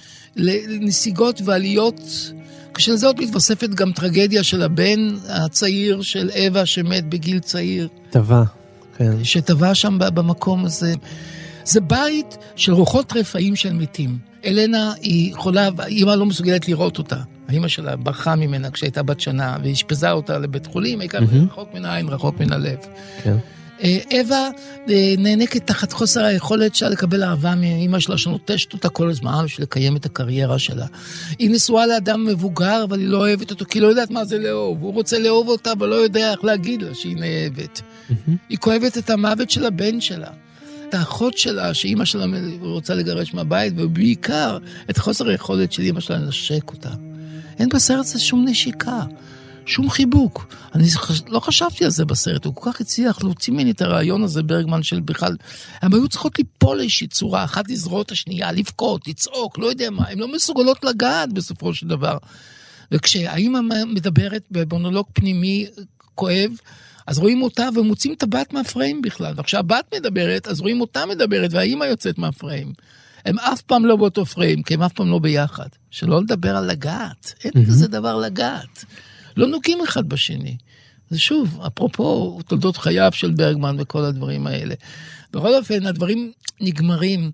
Speaker 6: לנסיגות ועליות, כשלזאת מתווספת גם טרגדיה של הבן הצעיר של אווה שמת בגיל צעיר. טבע, כן. שטבע שם במקום הזה. זה בית של רוחות רפאים של מתים. אלנה היא חולה, אמא לא מסוגלת לראות אותה. האמא שלה ברחה ממנה כשהייתה בת שנה, והשפזה אותה לבית חולים, העיקר רחוק מן העין, רחוק מן הלב. כן. אווה נאנקת תחת חוסר היכולת שלה לקבל אהבה מאמא שלה, שנוטשת אותה כל הזמן בשביל לקיים את הקריירה שלה. היא נשואה לאדם מבוגר, אבל היא לא אוהבת אותו, כי היא לא יודעת מה זה לאהוב. הוא רוצה לאהוב אותה, אבל לא יודע איך להגיד לה שהיא נאהבת. היא כואבת את המוות של הבן שלה. את האחות שלה, שאימא שלה רוצה לגרש מהבית, ובעיקר את חוסר היכולת של אימא שלה לנשק אותה. אין בסרט זה שום נשיקה, שום חיבוק. אני לא חשבתי על זה בסרט, הוא כל כך הצליח להוציא ממני את הרעיון הזה, ברגמן, של בכלל, הם היו צריכות ליפול לאיזושהי צורה, אחת לזרוע את השנייה, לבכות, לצעוק, לא יודע מה, הם לא מסוגלות לגעת בסופו של דבר. וכשהאימא מדברת במונולוג פנימי כואב, אז רואים אותה ומוצאים את הבת מהפריים בכלל. וכשהבת מדברת, אז רואים אותה מדברת, והאימא יוצאת מהפריים. הם אף פעם לא באותו פריים, כי הם אף פעם לא ביחד. שלא לדבר על לגעת. אין כזה דבר לגעת. לא נוגעים אחד בשני. זה שוב, אפרופו תולדות חייו של ברגמן וכל הדברים האלה. בכל אופן, הדברים נגמרים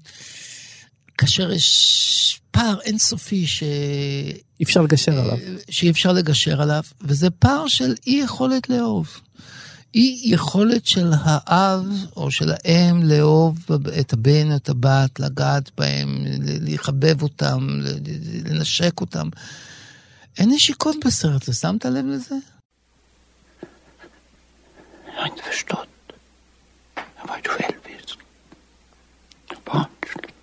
Speaker 6: כאשר יש פער אינסופי
Speaker 5: אי אפשר לגשר עליו.
Speaker 6: שאי אפשר לגשר עליו, וזה פער של אי יכולת לאהוב. אי יכולת של האב או של האם לאהוב את הבן או את הבת, לגעת בהם, לחבב אותם, לנשק אותם. אין נשיקות בסרט, זה שמת לב לזה?
Speaker 4: Jag har inte förstått. Jag har varit självisk. Barnslig.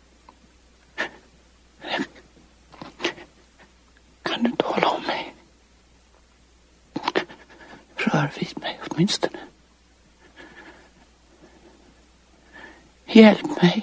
Speaker 4: Kan du tala om mig? Rör vid mig åtminstone. Hjälp mig.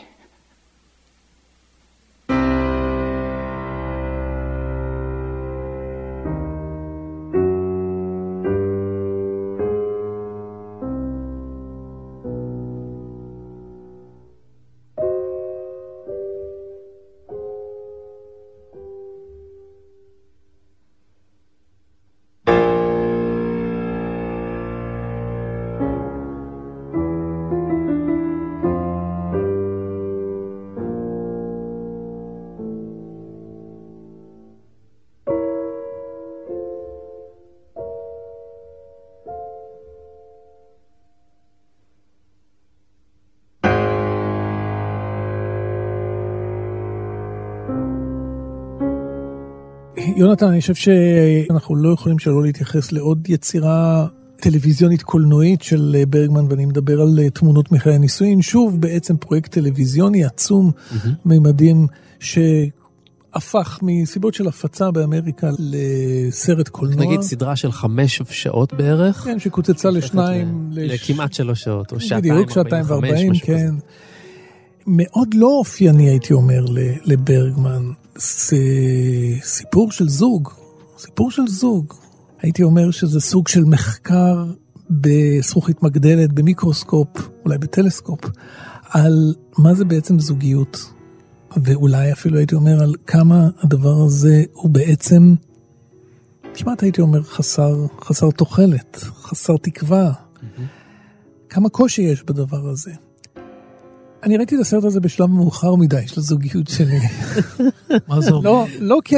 Speaker 7: יונתן, אני חושב שאנחנו לא יכולים שלא להתייחס לעוד יצירה טלוויזיונית קולנועית של ברגמן, ואני מדבר על תמונות מחיי הנישואין, שוב בעצם פרויקט טלוויזיוני עצום, מימדים שהפך מסיבות של הפצה באמריקה לסרט קולנוע.
Speaker 5: נגיד סדרה של 5 שעות בערך.
Speaker 7: כן, שקוצצה לשניים.
Speaker 5: לכמעט 3 שעות, או
Speaker 7: בדיוק, 2:45, כן. מאוד לא אופייני, הייתי אומר, לברגמן. זה סיפור של זוג. הייתי אומר שזה סוג של מחקר בזכוכית מגדלת, במיקרוסקופ, אולי בטלסקופ, על מה זה בעצם זוגיות. ואולי אפילו הייתי אומר על כמה הדבר הזה הוא בעצם, כמעט הייתי אומר חסר תוחלת, חסר תקווה. כמה קושי יש בדבר הזה. אני ראיתי את הסרט הזה בשלב מאוחר מדי של הזוגיות שלי.
Speaker 6: מה זה אומר?
Speaker 7: לא כי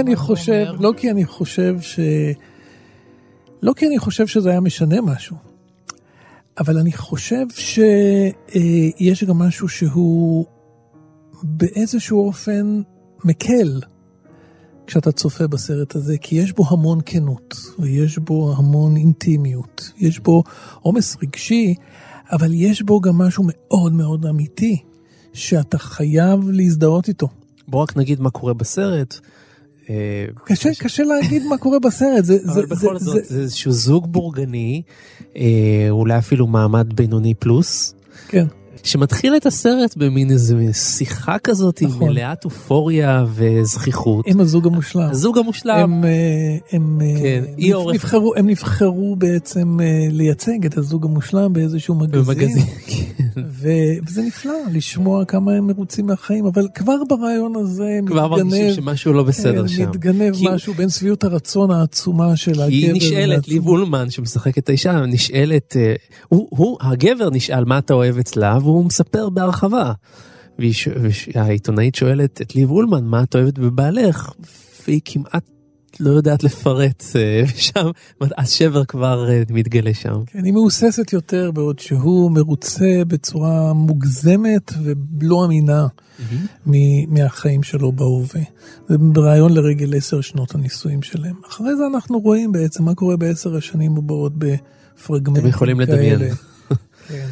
Speaker 7: אני חושב שזה היה משנה משהו. אבל אני חושב שיש גם משהו שהוא באיזשהו אופן מקל כשאתה צופה בסרט הזה, כי יש בו המון כנות, ויש בו המון אינטימיות, יש בו עומס רגשי, אבל יש בו גם משהו מאוד מאוד אמיתי, שאתה חייב להזדהות איתו.
Speaker 5: בוא רק נגיד מה קורה בסרט.
Speaker 7: קשה להגיד מה קורה בסרט.
Speaker 5: אבל בכל זאת, זה איזשהו זוג בורגני, אולי אפילו מעמד בינוני פלוס.
Speaker 7: כן.
Speaker 5: שמתחיל את הסרט במין איזו שיחה כזאת, עם מלאת אופוריה וזכיחות.
Speaker 7: הם הזוג המושלם.
Speaker 5: הזוג המושלם.
Speaker 7: הם נבחרו בעצם לייצג את הזוג המושלם באיזשהו מגזין. וזה נפלא לשמוע כמה הם מרוצים מהחיים, אבל כבר ברעיון הזה
Speaker 5: כבר מרגישים שמשהו לא בסדר שם.
Speaker 7: מתגנב משהו בין שביעות הרצון העצומה של הגבר.
Speaker 5: היא נשאלת, ליב אולמן שמשחק את האישה, נשאלת, הגבר נשאל מה אתה אוהב אצלה, והוא מספר בהרחבה. והעיתונאית שואלת את ליב אולמן, מה את אוהבת בבעלך? והיא כמעט לא יודעת לפרט, ושם השבר כבר מתגלה שם.
Speaker 7: כן, היא מאוססת יותר, בעוד שהוא מרוצה בצורה מוגזמת ולא אמינה מהחיים שלו בהווה. זה ברעיון לרגל 10 שנות הנישואים שלהם. אחרי זה אנחנו רואים בעצם מה קורה ב10 השנים הבאות בפרגמנטים כאלה.
Speaker 5: אתם יכולים לדמיין.
Speaker 7: כן.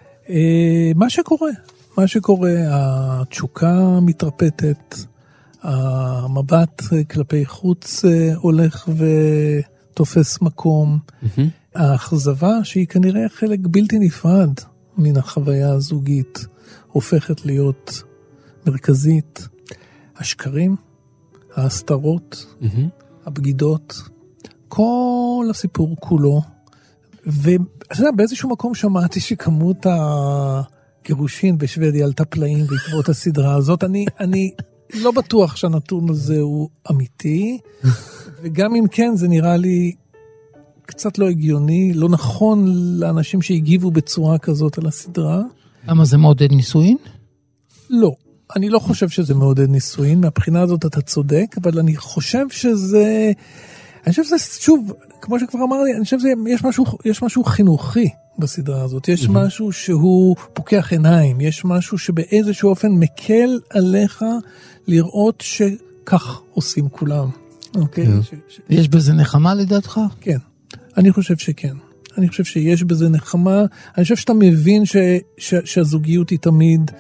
Speaker 7: מה שקורה, התשוקה מתרפטת, המבט כלפי חוץ הולך ותופס מקום, האכזבה שהיא כנראה חלק בלתי נפרד מן החוויה הזוגית, הופכת להיות מרכזית, השקרים, ההסתרות, הבגידות, כל הסיפור כולו, ובאיזשהו מקום שמעתי שכמות הגירושין בשוודיה עלתה פלאים בעקבות הסדרה הזאת. אני לא בטוח שהנתון הזה הוא אמיתי, וגם אם כן זה נראה לי קצת לא הגיוני, לא נכון לאנשים שהגיבו בצורה כזאת על הסדרה.
Speaker 6: למה זה מעודד נישואין?
Speaker 7: לא, אני לא חושב שזה מעודד נישואין, מהבחינה הזאת אתה צודק, אבל אני חושב שזה, שוב, כמו שכבר אמרתי, אני חושב שיש משהו חינוכי בסדרה הזאת, יש משהו שהוא פוקח עיניים, יש משהו שבאיזשהו אופן מקל עליך לראות שכך עושים כולם. אוקיי?
Speaker 6: יש בזה נחמה לדעתך?
Speaker 7: כן, אני חושב שכן. אני חושב שיש בזה נחמה, אני חושב שאתה מבין שהזוגיות היא תמיד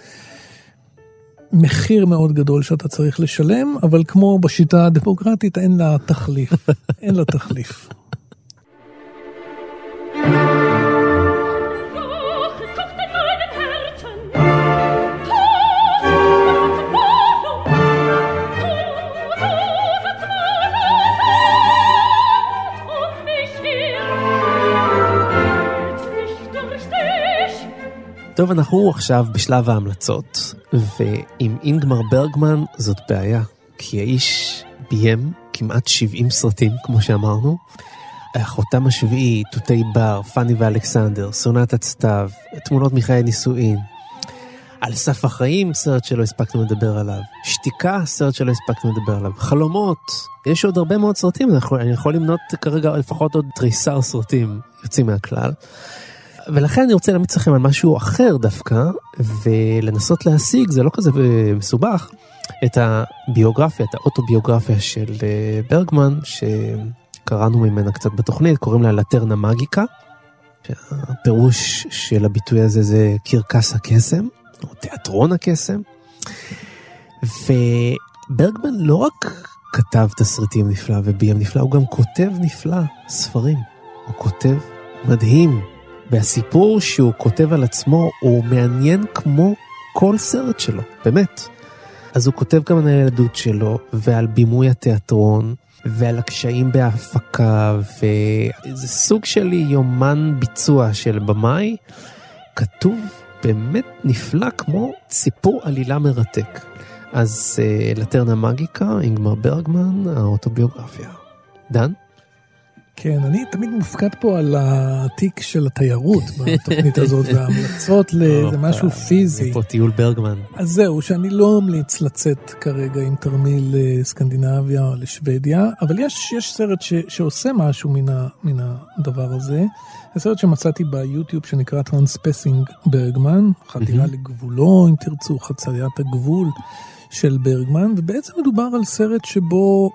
Speaker 7: מחיר מאוד גדול שאתה צריך לשלם, אבל כמו בשיטה הדמוקרטית אין לה תחליף. אין לה תחליף.
Speaker 5: טוב, אנחנו עכשיו בשלב ההמלצות, ועם אינגמר ברגמן זאת בעיה, כי האיש ביים כמעט 70 סרטים, כמו שאמרנו. החותם השביעי, תותי בר, פני ואלכסנדר, סונטת סתיו, תמונות מחיי נישואין. על סף החיים, סרט שלא הספקנו לדבר עליו. שתיקה, סרט שלא הספקנו לדבר עליו. חלומות, יש עוד הרבה מאוד סרטים, אני יכול למנות כרגע לפחות עוד 13 סרטים יוצאים מהכלל. ולכן אני רוצה להמיץ לכם על משהו אחר דווקא, ולנסות להשיג, זה לא כזה מסובך, את הביוגרפיה, את האוטוביוגרפיה של ברגמן, שקראנו ממנה קצת בתוכנית, קוראים לה לטרנה מגיקה, שהפירוש של הביטוי הזה זה קרקס הקסם, או תיאטרון הקסם, וברגמן לא רק כתב תסריטים נפלא וביים נפלא, הוא גם כותב נפלא ספרים, הוא כותב מדהים, והסיפור שהוא כותב על עצמו הוא מעניין כמו כל סרט שלו, באמת. אז הוא כותב גם על הילדות שלו, ועל בימוי התיאטרון, ועל הקשיים בהפקה, וזה סוג של יומן ביצוע של במאי, כתוב באמת נפלא כמו סיפור עלילה מרתק. אז לטרנה מגיקה, אינגמר ברגמן, האוטוביוגרפיה. דן?
Speaker 7: כן, אני תמיד מופקד פה על התיק של התיירות בתוכנית הזאת, וההמלצות לזה משהו פיזי.
Speaker 5: פה טיול ברגמן.
Speaker 7: אז זהו, שאני לא ממליץ לצאת כרגע עם תרמיל לסקנדינביה או לשוודיה, אבל יש סרט שעושה משהו מן הדבר הזה. זה סרט שמצאתי ביוטיוב שנקרא טרנספסינג ברגמן, חדירה לגבולו, אם תרצו, חציית הגבול של ברגמן, ובעצם מדובר על סרט שבו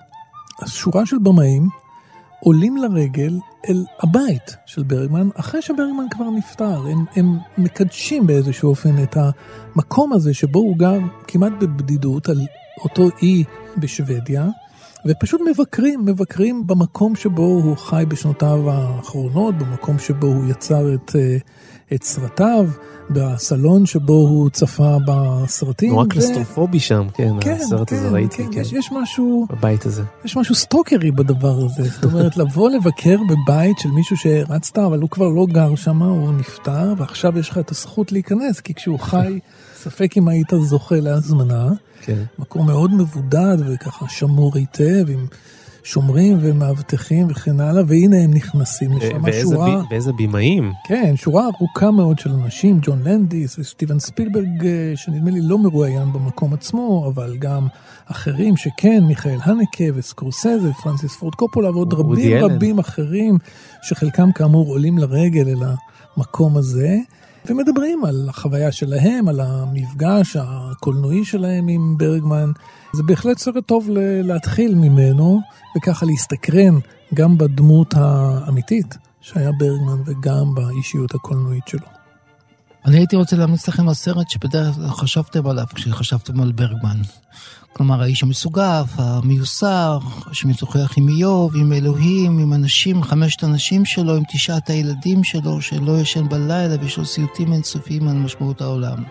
Speaker 7: שורה של במאים עולים לרגל אל הבית של ברגמן, אחרי שברגמן כבר נפטר. הם מקדשים באיזשהו אופן את המקום הזה שבו הוא גר כמעט בבדידות על אותו אי בשוודיה, ופשוט מבקרים במקום שבו הוא חי בשנותיו האחרונות, במקום שבו הוא יצר את סרטיו, בסלון שבו הוא צפה בסרטים.
Speaker 5: נורא קלסטרופובי שם, כן, הסרט הזה ראיתי.
Speaker 7: יש משהו...
Speaker 5: בבית הזה.
Speaker 7: יש משהו סטוקרי בדבר הזה. זאת אומרת, לבוא לבקר בבית של מישהו שרצת, אבל הוא כבר לא גר שם, הוא נפטר, ועכשיו יש לך את הזכות להיכנס, כי כשהוא חי, ספק אם היית זוכה להזמנה.
Speaker 5: כן.
Speaker 7: מקום מאוד מבודד וככה שמור היטב, עם שומרים ומאבטחים וכן הלאה, והנה הם נכנסים לשם שורה...
Speaker 5: ואיזה בימאים.
Speaker 7: כן, שורה ארוכה מאוד של אנשים, ג'ון לנדיס וסטיבן ספילברג, שנדמה לי לא מרואיין במקום עצמו, אבל גם אחרים שכן, מיכאל הנקה וסקורסזה, פרנסיס פורד קופולה, ועוד רבים אחרים, שחלקם כאמור עולים לרגל אל המקום הזה, ומדברים על החוויה שלהם, על המפגש הקולנועי שלהם עם ברגמן. זה בהחלט סרט טוב להתחיל ממנו, וככה להסתקרן גם בדמות האמיתית שהיה ברגמן, וגם באישיות הקולנועית שלו.
Speaker 6: אני הייתי רוצה להמליץ לכם על סרט שבדרך כלל חשבתם עליו כשחשבתם על ברגמן. כלומר, האיש המסוגף, המיוסר, שמשוחח עם איוב, עם אלוהים, עם אנשים, 5 אנשים שלו, עם 9 הילדים שלו, שלא ישן בלילה, ויש לו סיוטים אינסופיים על משמעות העולם.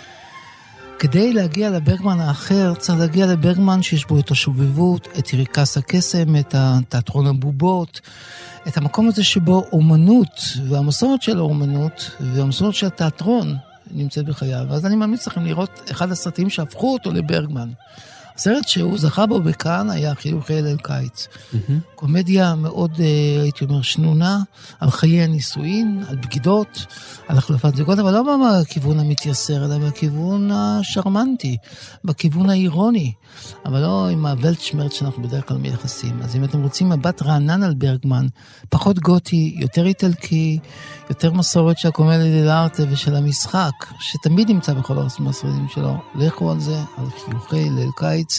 Speaker 6: כדי להגיע לברגמן האחר, צריך להגיע לברגמן שיש בו את השובבות, את יריקס הקסם, את התיאטרון הבובות, את המקום הזה שבו אומנות, והמסורת של האומנות, והמסורת של התיאטרון נמצאת בחייו. אז אני ממליץ לכם לראות אחד הסרטים שהפכו אותו לברגמן. הסרט שהוא זכה בו בכאן היה חילוקי ליל קיץ. קומדיה מאוד, הייתי אומר, שנונה, על חיי הנישואין, על בגידות, על החלפת זוגות, אבל לא בכיוון המתייסר, אלא בכיוון השרמנטי, בכיוון האירוני, אבל לא עם הוולטשמרט שאנחנו בדרך כלל מייחסים. אז אם אתם רוצים מבט רענן על ברגמן, פחות גותי, יותר איטלקי, יותר מסורת של הקומדיה דל'ארטה ושל המשחק, שתמיד נמצא בכל המסורים שלו, לכו על זה, על חילוקי ליל קיץ,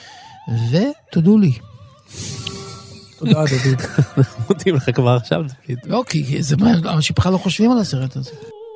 Speaker 6: ותודו לי.
Speaker 7: תודה, דוד.
Speaker 5: אנחנו מודים לך כבר עכשיו, דוד.
Speaker 6: לא, כי זה מה, אנשים בכלל לא חושבים על הסרט הזה.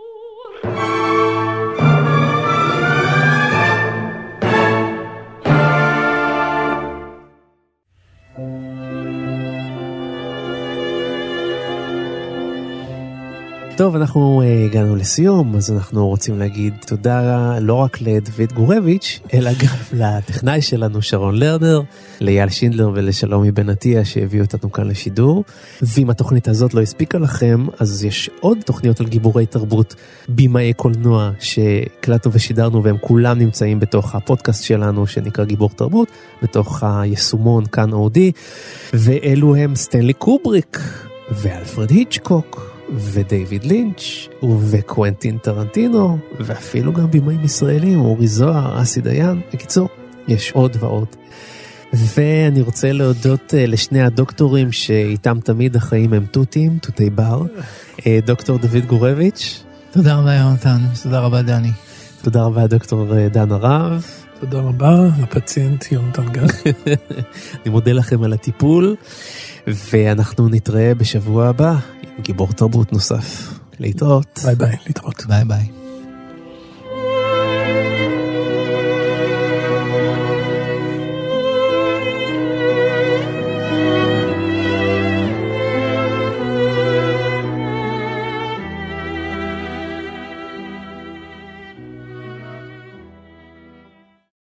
Speaker 5: טוב, אנחנו הגענו לסיום, אז אנחנו רוצים להגיד תודה לא רק לדוד גורביץ', אלא גם לטכנאי שלנו שרון לרדר, לאייל שינדלר ולשלומי בן עטיה שהביאו אותנו כאן לשידור. ואם התוכנית הזאת לא הספיקה לכם, אז יש עוד תוכניות על גיבורי תרבות, בימאי קולנוע שהקלטנו ושידרנו, והם כולם נמצאים בתוך הפודקאסט שלנו שנקרא גיבור תרבות, בתוך היישומון כאן אודי, ואלו הם סטנלי קובריק ואלפרד היצ'קוק ודייוויד לינץ' וקוונטין טרנטינו, ואפילו גם בימאים ישראלים, אורי זוהר, אסי דיין. בקיצור, יש עוד ועוד. ואני רוצה להודות לשני הדוקטורים שאיתם תמיד החיים הם תותים, תותי בר. דוקטור דוד גורביץ'.
Speaker 6: תודה רבה יונתן, תודה רבה דני.
Speaker 5: תודה רבה דוקטור דן הרב.
Speaker 7: תודה רבה לפציינט יונתן גל.
Speaker 5: אני מודה לכם על הטיפול, ואנחנו נתראה בשבוע הבא עם גיבור תרבות נוסף. להתראות.
Speaker 7: ביי ביי, להתראות.
Speaker 6: ביי ביי.